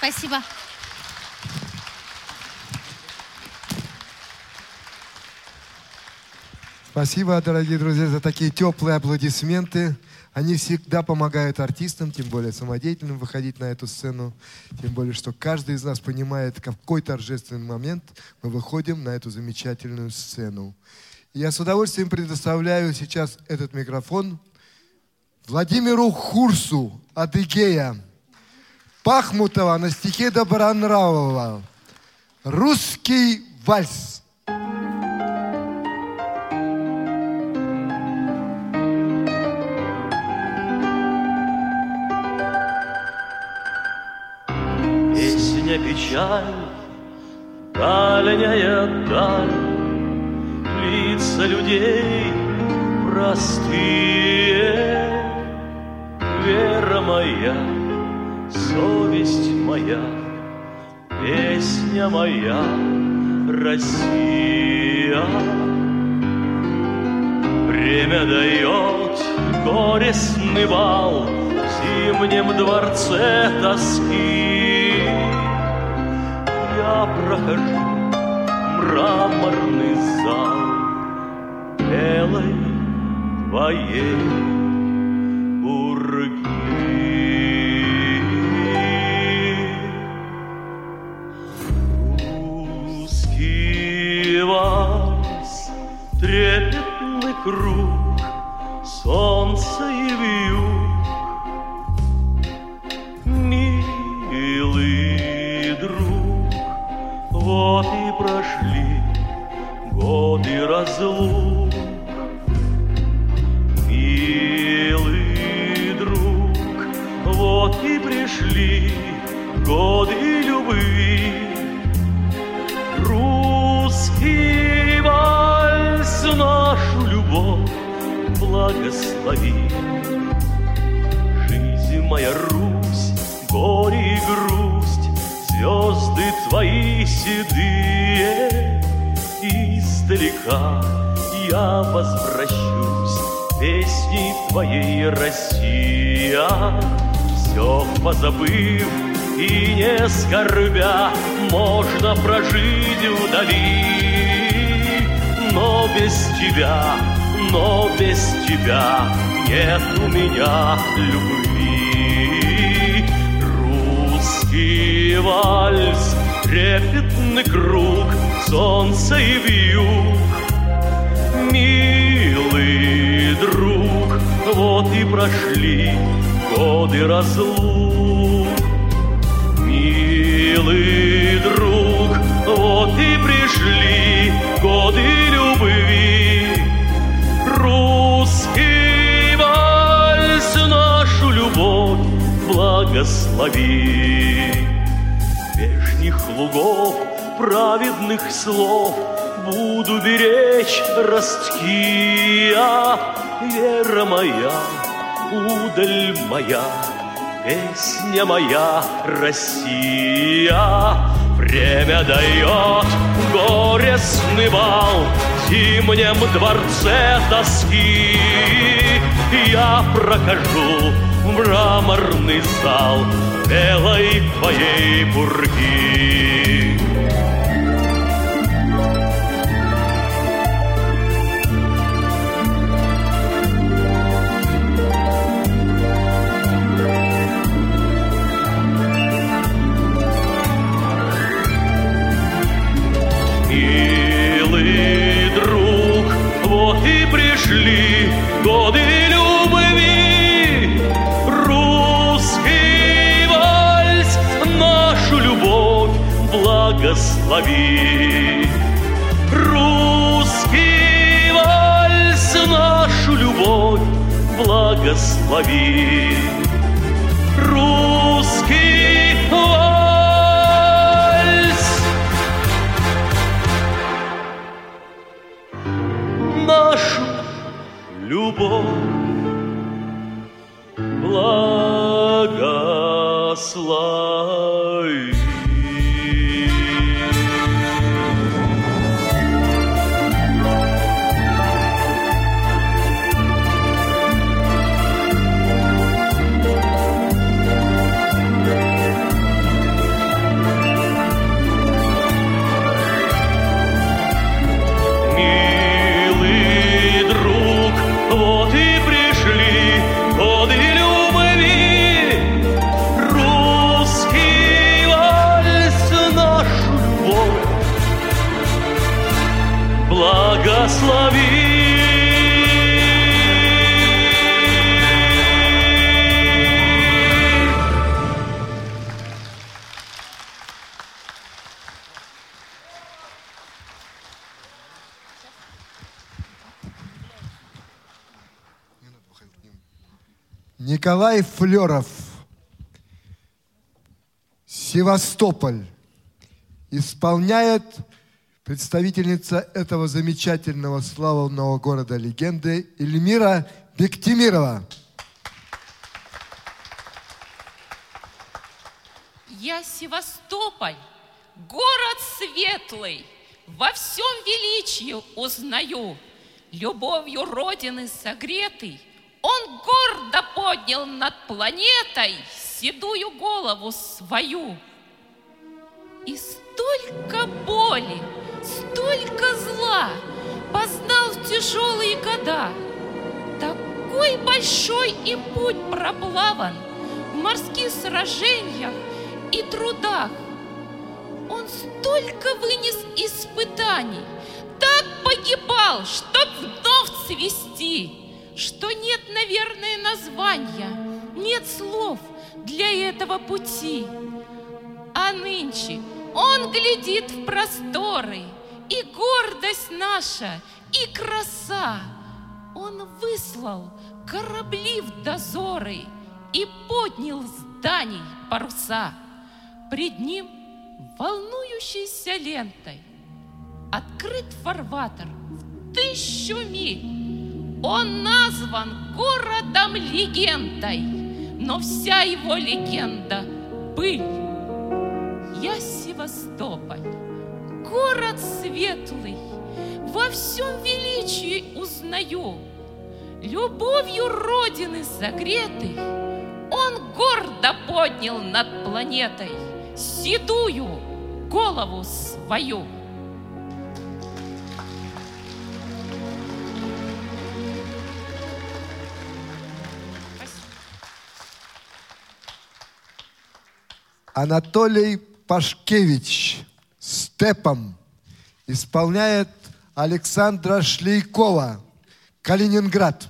Спасибо. Спасибо, дорогие друзья, за такие теплые аплодисменты. Они всегда помогают артистам, тем более самодеятельным, выходить на эту сцену. Тем более, что каждый из нас понимает, в какой торжественный момент мы выходим на эту замечательную сцену. Я с удовольствием предоставляю сейчас этот микрофон Владимиру Хурсу, адыгея, Пахмутова на стихе Добронравова. «Русский вальс». Песня печаль, дальняя даль, лица людей простые. Вера моя, совесть моя, песня моя, Россия. Время дает горестный бал в зимнем дворце тоски. Я прохожу мраморный зал белой твоей пурги. Русский вальс, трепетный круг, солнце и вьюг, милый друг. Вот и прошли годы разлук, милый друг. Вот и пришли годы любви. Русский вальс, нашу любовь благослови. Жизнь моя, Русь, горе и грусть, звезды твои седые. Издалека я возвращусь песней твоей, Россия. Все позабыв и не скорбя, можно прожить вдали. Но без тебя нет у меня любви. Русский вальс, трепетный круг, солнце и вьюг, милый друг. Вот и прошли годы разлук, милый друг. Вот и пришли годы любви. Русский вальс, нашу любовь благослови. Вешних лугов, праведных слов буду беречь ростки я. Вера моя, удаль моя, песня моя, Россия. Время дает горестный бал в зимнем дворце тоски. Я прохожу мраморный зал белой твоей пурги. Милый друг, вот и пришли годы любви. Русский вальс, нашу любовь благослови. Русский вальс, нашу любовь благослови. Русский вальс, нашу любовь благослови. Николай Флеров, Севастополь. Исполняет представительница этого замечательного славного города-легенды Эльмира Бектимирова. Я Севастополь, город светлый, во всем величии узнаю. Любовью Родины согретый, он гордо поднял над планетой седую голову свою. И столько боли, столько зла познал в тяжелые года. Такой большой им путь проплаван в морских сражениях и трудах. Он столько вынес испытаний, так погибал, чтоб вновь цвести, что нет, наверное, названия, нет слов для этого пути. А нынче он глядит в просторы, и гордость наша, и краса. Он выслал корабли в дозоры и поднял зданий паруса. Пред ним волнующейся лентой открыт фарватер в 1000 миль. Он назван городом-легендой, но вся его легенда — пыль. Я Севастополь, город светлый, во всем величии узнаю. Любовью Родины согретый, он гордо поднял над планетой седую голову свою. Анатолий Пашкевич, «Степом». Исполняет Александра Шлейкова, Калининград.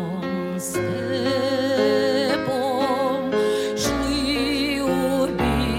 Шли урбины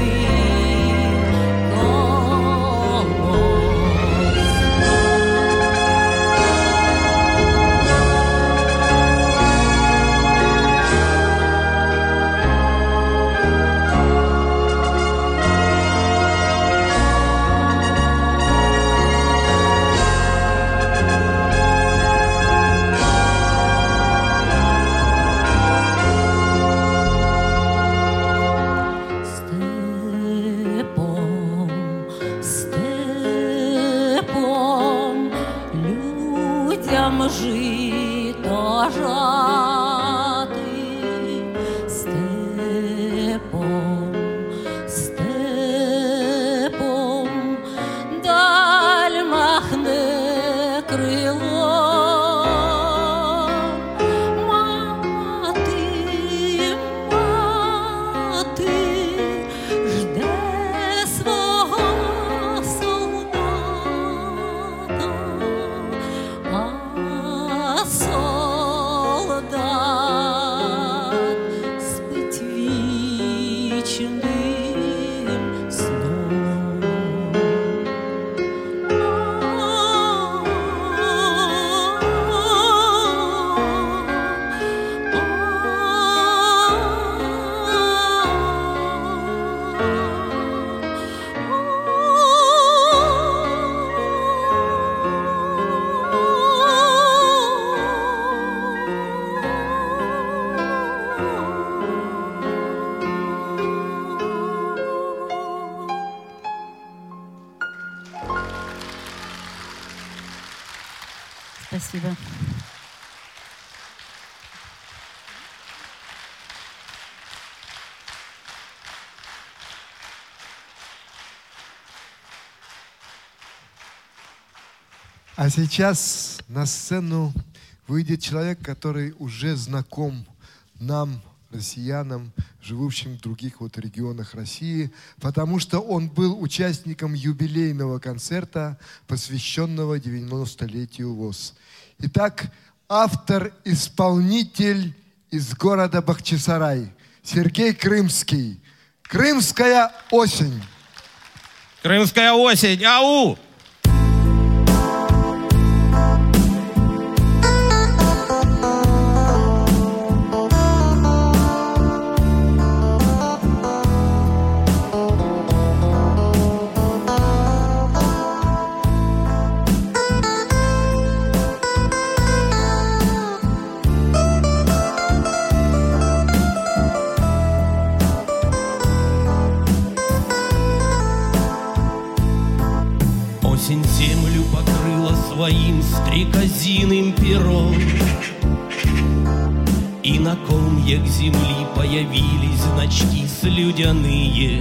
Спасибо. А сейчас на сцену выйдет человек, который уже знаком нам, россиянам, живущим в других регионах России, потому что он был участником юбилейного концерта, посвященного 90-летию ВОС. Итак, автор-исполнитель из города Бахчисарай Сергей Крымский. «Крымская осень». Крымская осень, ау! Осень землю покрыла своим стрекозиным пером, и на комьях земли появились значки слюдяные.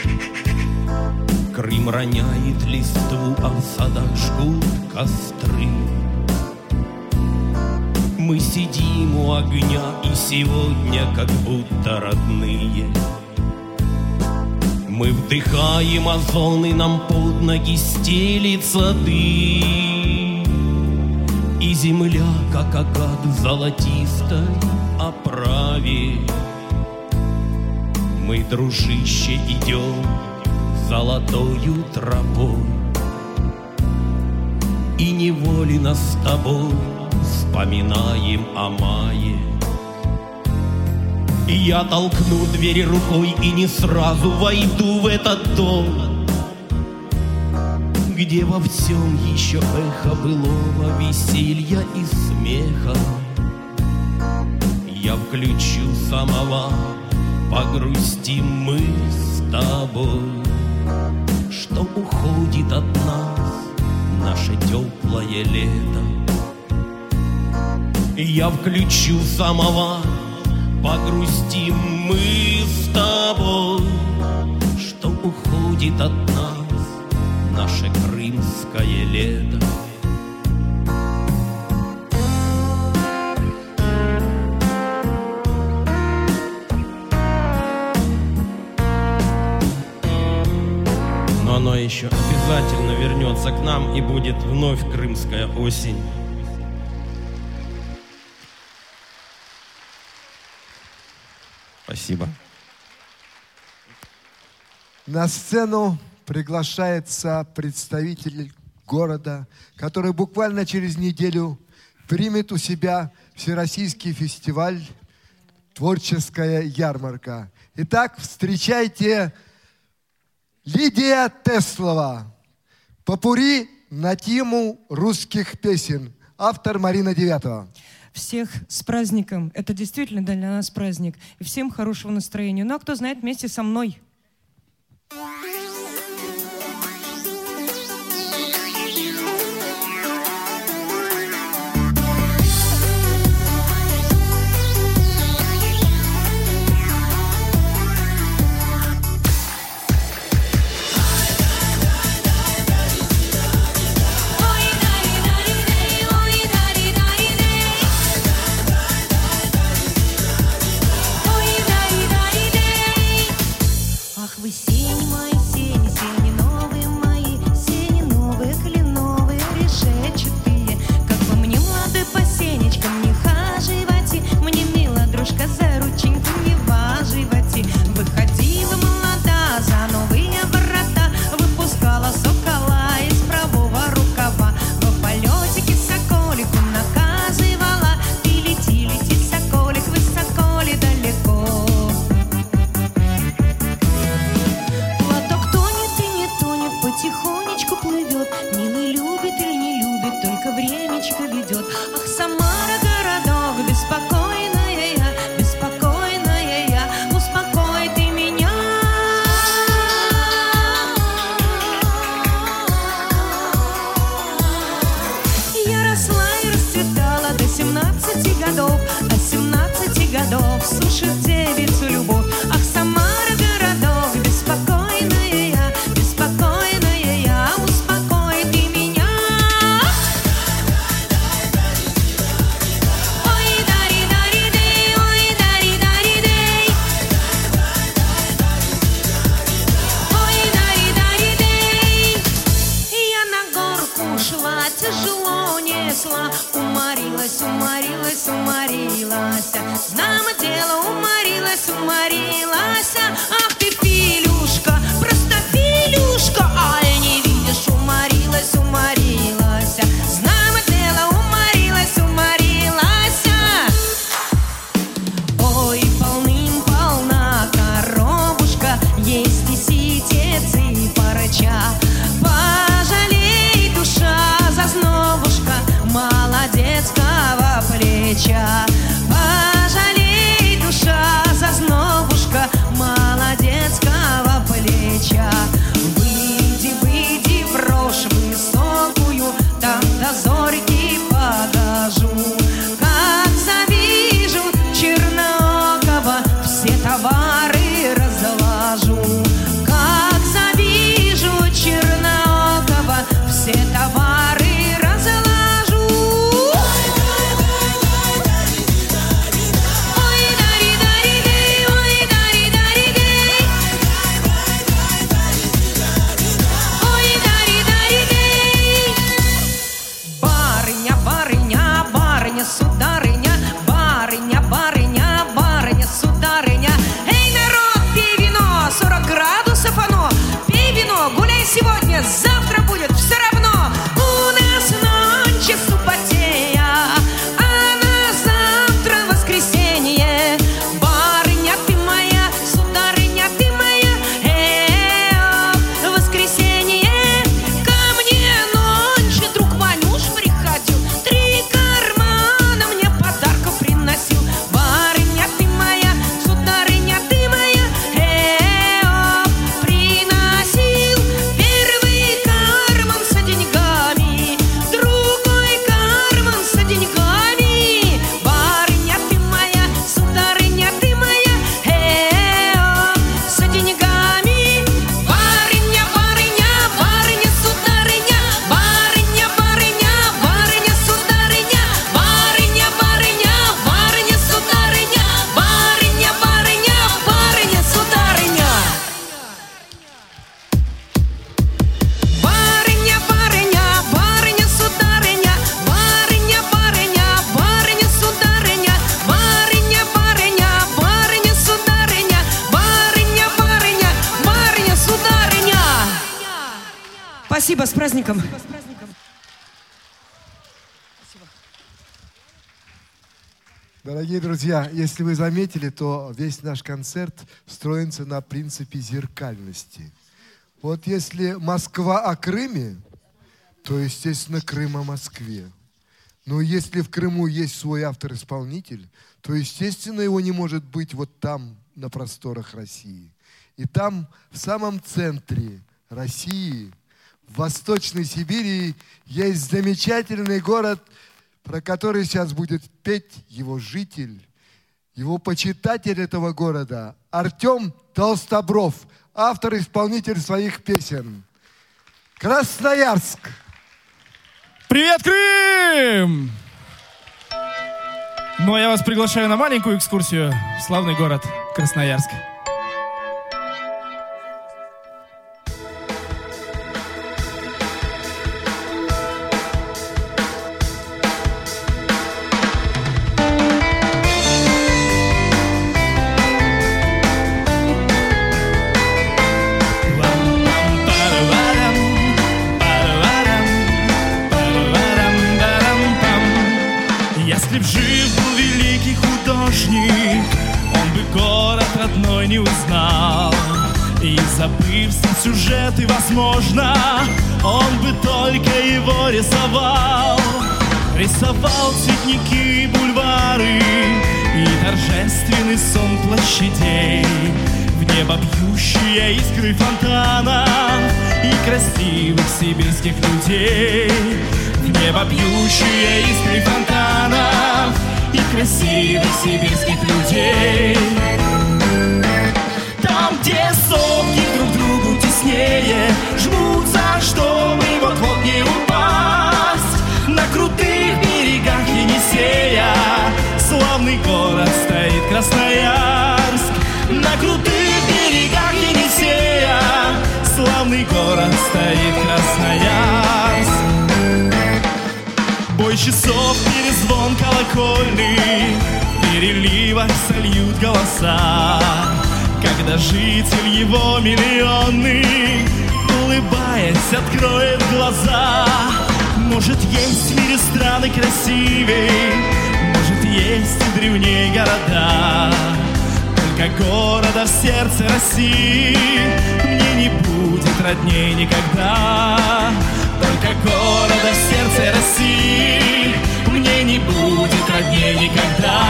Крым роняет листву, а в садах жгут костры. Мы сидим у огня, и сегодня как будто родные. Мы вдыхаем озон, и нам под ноги стелится дым. И земля, как агат в золотистой оправе. Мы, дружище, идем золотою тропой, и невольно с тобой вспоминаем о мае. И я толкну двери рукой и не сразу войду в этот дом, где во всем еще эхо былого веселья и смеха. Я включу самовар, погрустим мы с тобой, что уходит от нас наше теплое лето. Я включу самовар, погрустим мы с тобой, что уходит от нас наше крымское лето. Но оно еще обязательно вернется к нам, и будет вновь крымская осень. Спасибо. На сцену приглашается представитель города, который буквально через неделю примет у себя Всероссийский фестиваль «Творческая ярмарка». Итак, встречайте Лидия Теслова. Попурри на тему русских песен. Автор Марина Девятова. Всех с праздником. Это действительно для нас праздник. И всем хорошего настроения. Ну а кто знает, вместе со мной. Спасибо, с праздником. Дорогие друзья, если вы заметили, то весь наш концерт строится на принципе зеркальности. Вот если Москва о Крыме, то, естественно, Крым о Москве. Но если в Крыму есть свой автор-исполнитель, то, естественно, его не может быть вот там, на просторах России. И там, в самом центре России, в Восточной Сибири, есть замечательный город, про который сейчас будет петь его житель, его почитатель этого города, Артем Толстобров, автор-исполнитель своих песен. Красноярск! Привет, Крым! Ну, а я вас приглашаю на маленькую экскурсию в славный город Красноярск. Если б жив был великий художник, он бы город родной не узнал. И забыв сам сюжеты, возможно, он бы только его рисовал. Рисовал цветники, бульвары и торжественный сон площадей, в небо бьющие искры фонтана и красивых сибирских людей. В небо бьющие искры фонтанов и красивых сибирских людей. Там, где сопки друг другу теснее жмутся, чтобы вот-вот не упасть. На крутых берегах Енисея славный город стоит Красноярск. На крутых берегах Енисея славный город стоит Красноярск. Бой часов, перезвон колокольный, в переливах сольют голоса, когда житель его миллионный, улыбаясь, откроет глаза. Может, есть в мире страны красивей, может, есть и древнее города, только города в сердце России мне не будет родней никогда. Только города в сердце России мне не будет родней никогда.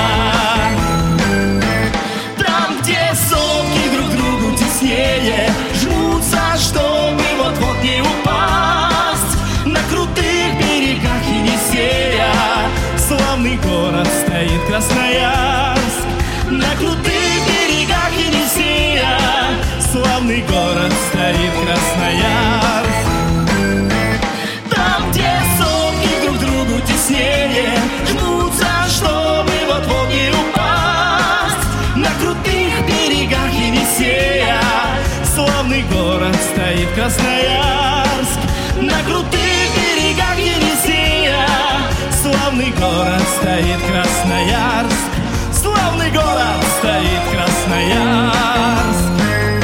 Там, где сопки друг другу теснее жмутся, чтобы вот-вот не упасть. На крутых берегах Енисея славный город стоит Красноярск. На крутых берегах Енисея славный город стоит Красноярск. Там, где сопки друг другу теснее жмутся, чтобы вот-вот не упасть. На крутых берегах Енисея славный город стоит Красноярск. На крутых берегах Енисея славный город стоит Красноярск. Славный город стоит Красноярск.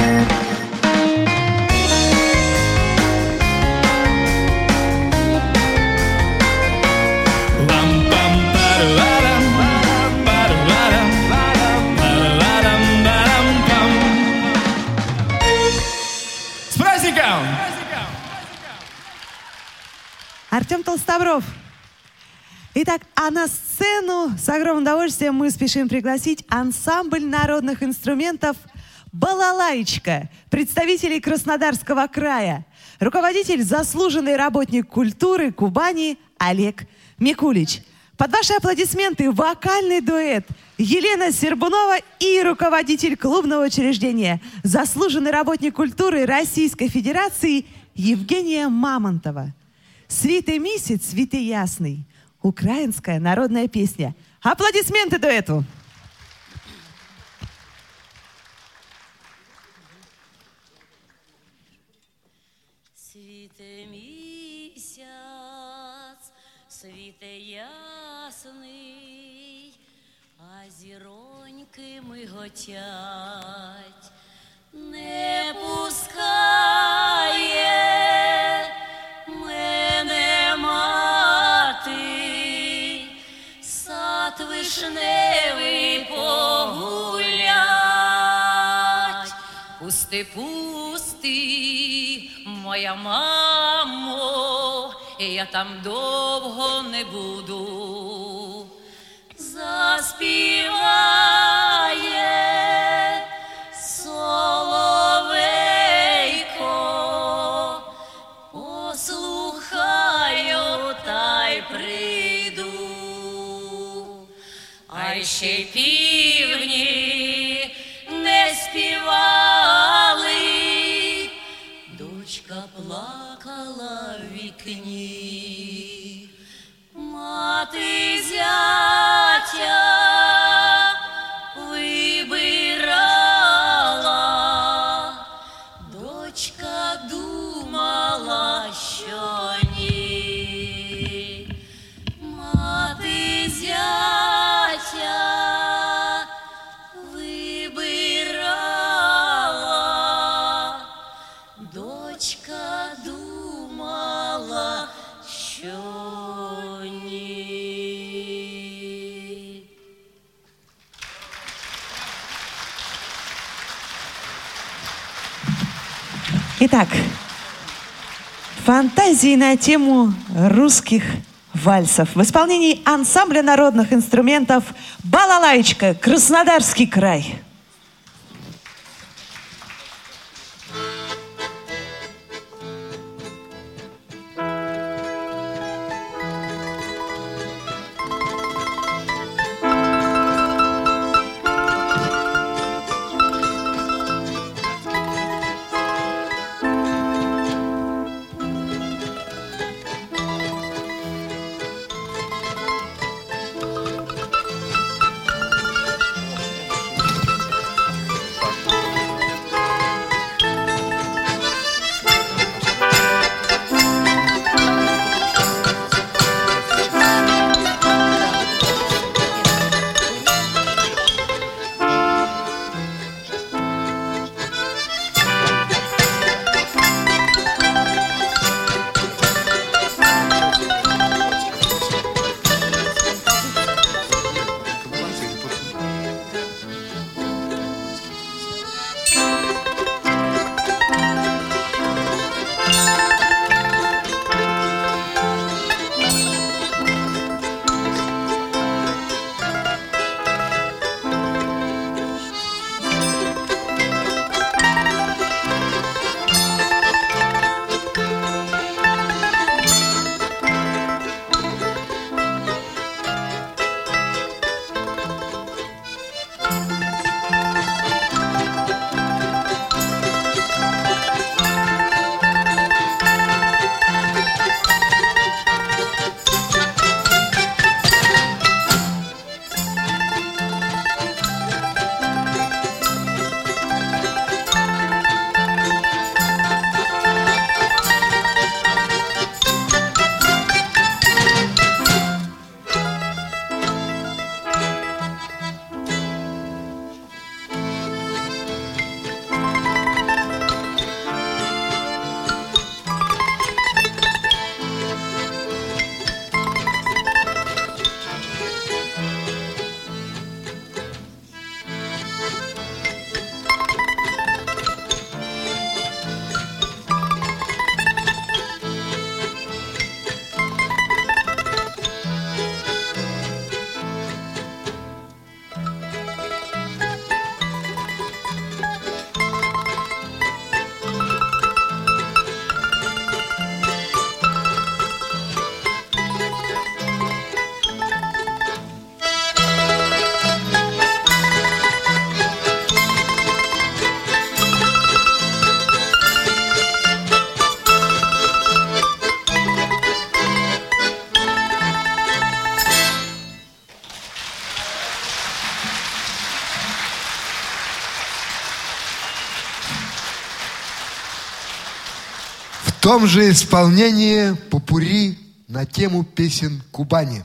Артем Толстобров. Итак, а на сцену с огромным удовольствием мы спешим пригласить ансамбль народных инструментов «Балалаечка», представителей Краснодарского края, руководитель, заслуженный работник культуры Кубани Олег Микулич. Под ваши аплодисменты вокальный дуэт Елена Сербунова и руководитель клубного учреждения, заслуженный работник культуры Российской Федерации Евгения Мамонтова. «Світе місяць, світе ясный». Украинская народная песня. Аплодисменты дуэту. Світе місяць, світе ясний, а зіроньки миготять, не пускає де пусти, моя мамо, я там довго не буду. Заспіває соловейко, послухаю та й прийду. А ще й півні не співали, дочка плакала в вікні, мати зятя вибирала, дочка думала, що ні, мати зятя вибирала, дочка думала, що ні. Итак, фантазии на тему русских вальсов в исполнении ансамбля народных инструментов «Балалаечка», Краснодарский край. В том же исполнении попурри на тему песен Кубани.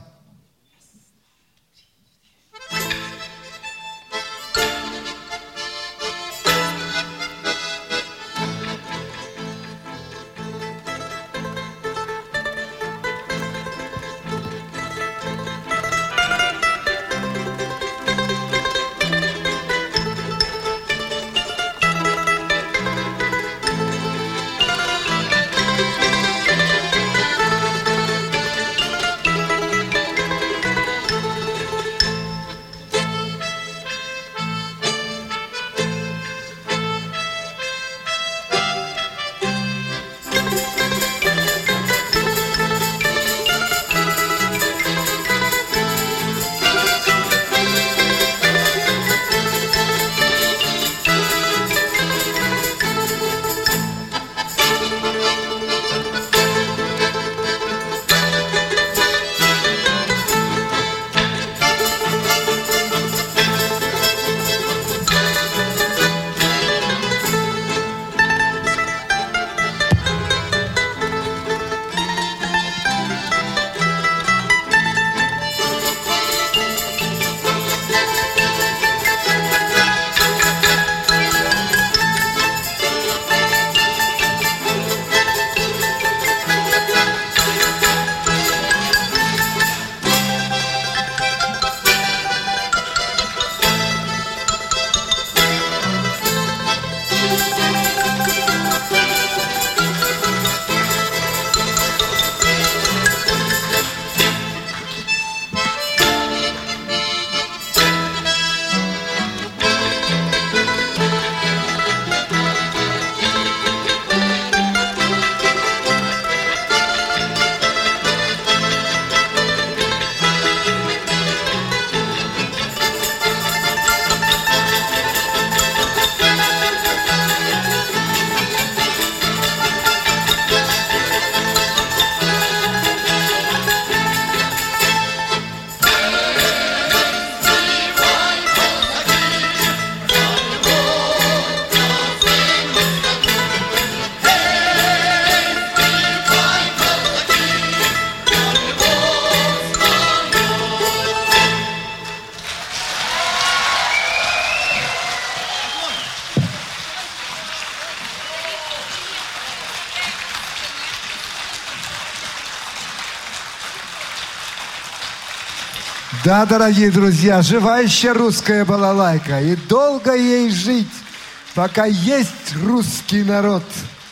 Да, дорогие друзья, жива еще русская балалайка, и долго ей жить, пока есть русский народ.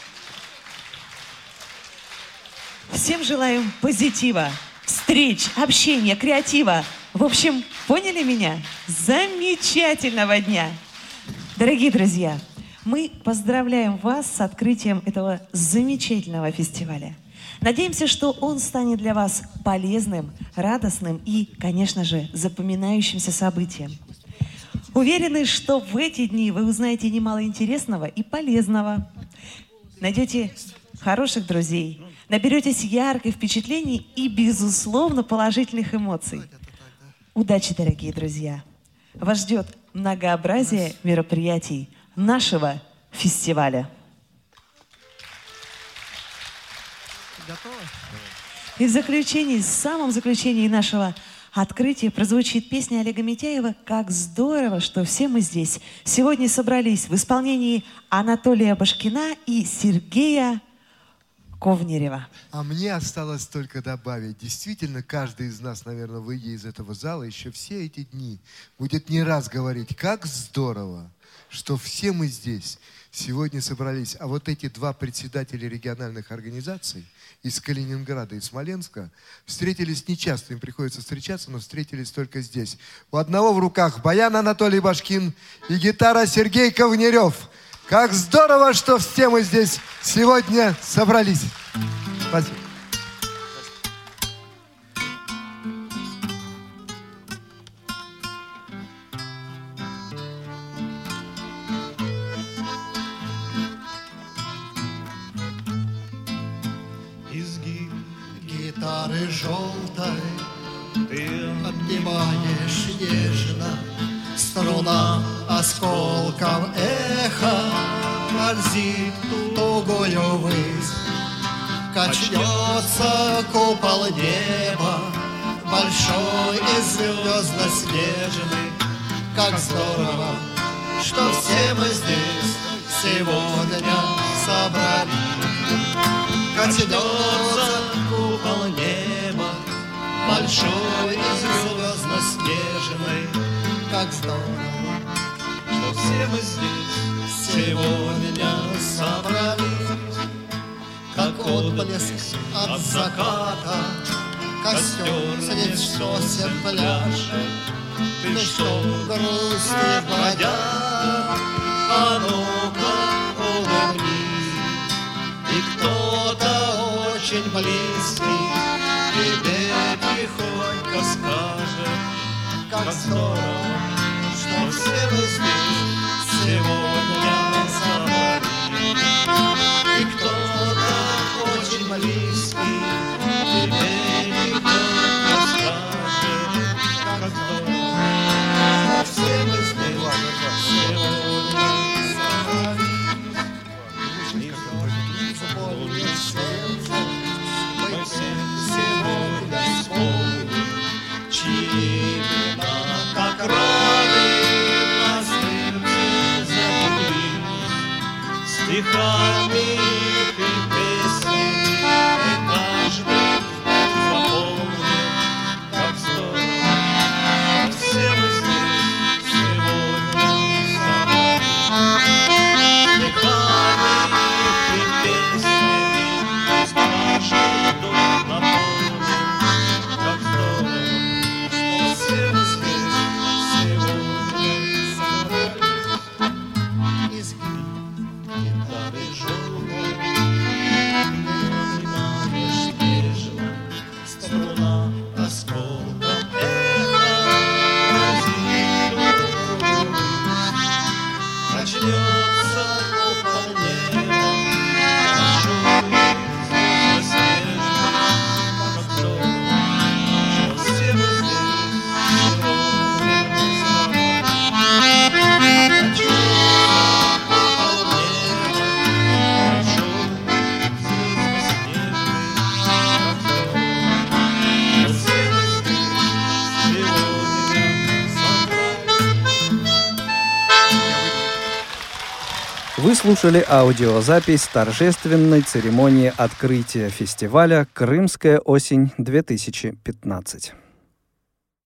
Всем желаем позитива, встреч, общения, креатива. В общем, поняли меня? Замечательного дня! Дорогие друзья, мы поздравляем вас с открытием этого замечательного фестиваля. Надеемся, что он станет для вас полезным, радостным и, конечно же, запоминающимся событием. Уверены, что в эти дни вы узнаете немало интересного и полезного. Найдете хороших друзей, наберетесь ярких впечатлений и, безусловно, положительных эмоций. Удачи, дорогие друзья! Вас ждет многообразие мероприятий нашего фестиваля. И в заключении, в самом заключении нашего открытия прозвучит песня Олега Митяева «Как здорово, что все мы здесь сегодня собрались» в исполнении Анатолия Башкина и Сергея Ковнерева. А мне осталось только добавить, действительно, каждый из нас, наверное, выйдя из этого зала, еще все эти дни будет не раз говорить, как здорово, что все мы здесь сегодня собрались. А вот эти два председателя региональных организаций из Калининграда и Смоленска встретились нечасто, им приходится встречаться, но встретились только здесь. У одного в руках баян Анатолий Башкин и гитара Сергей Ковнерев. Как здорово, что все мы здесь сегодня собрались. Спасибо. Изгиб гитары желтой ты обнимаешь нежно, струна осколком эха скользит тугою ввысь. Качнется купол неба, большой и звездно-снежный. Как здорово, что все мы здесь сегодня собрались. Качнется купол неба, большой и звездно-снежный. Как здорово, что все мы здесь сегодня собрались. Как отблеск от заката, костер средь сосен пляшет. Ты что, грустный бродяга, а ну-ка улыбнись. И кто-то очень близкий тебе тихонько скажет, как здорово, что все мы здесь сегодня собрались. И кто-то очень близкий тебе тихонько скажет, как здорово, что все мы здесь сегодня собрались. И в болью сердца мы все сегодня вспомним, чьи имена как раны на сердце запекли. Стихами и песнями и каждый запомнил, как здорово, что все мы здесь сегодня собрались. Стихами и песнями каждый дух наполнил, как здорово, что все мы здесь сегодня собрались. Изгиб гитары желтой ты обнимаешь нежно, струна осколком эха разит тугую ввысь. Начнется купол неба, большой и звездно-снежный. Как здорово, что все мы здесь сегодня собрались. Начнется купол неба, большой и звездно-снежный. Как здорово, что все мы здесь сегодня собрались. Вы слушали аудиозапись торжественной церемонии открытия фестиваля «Крымская осень-2015».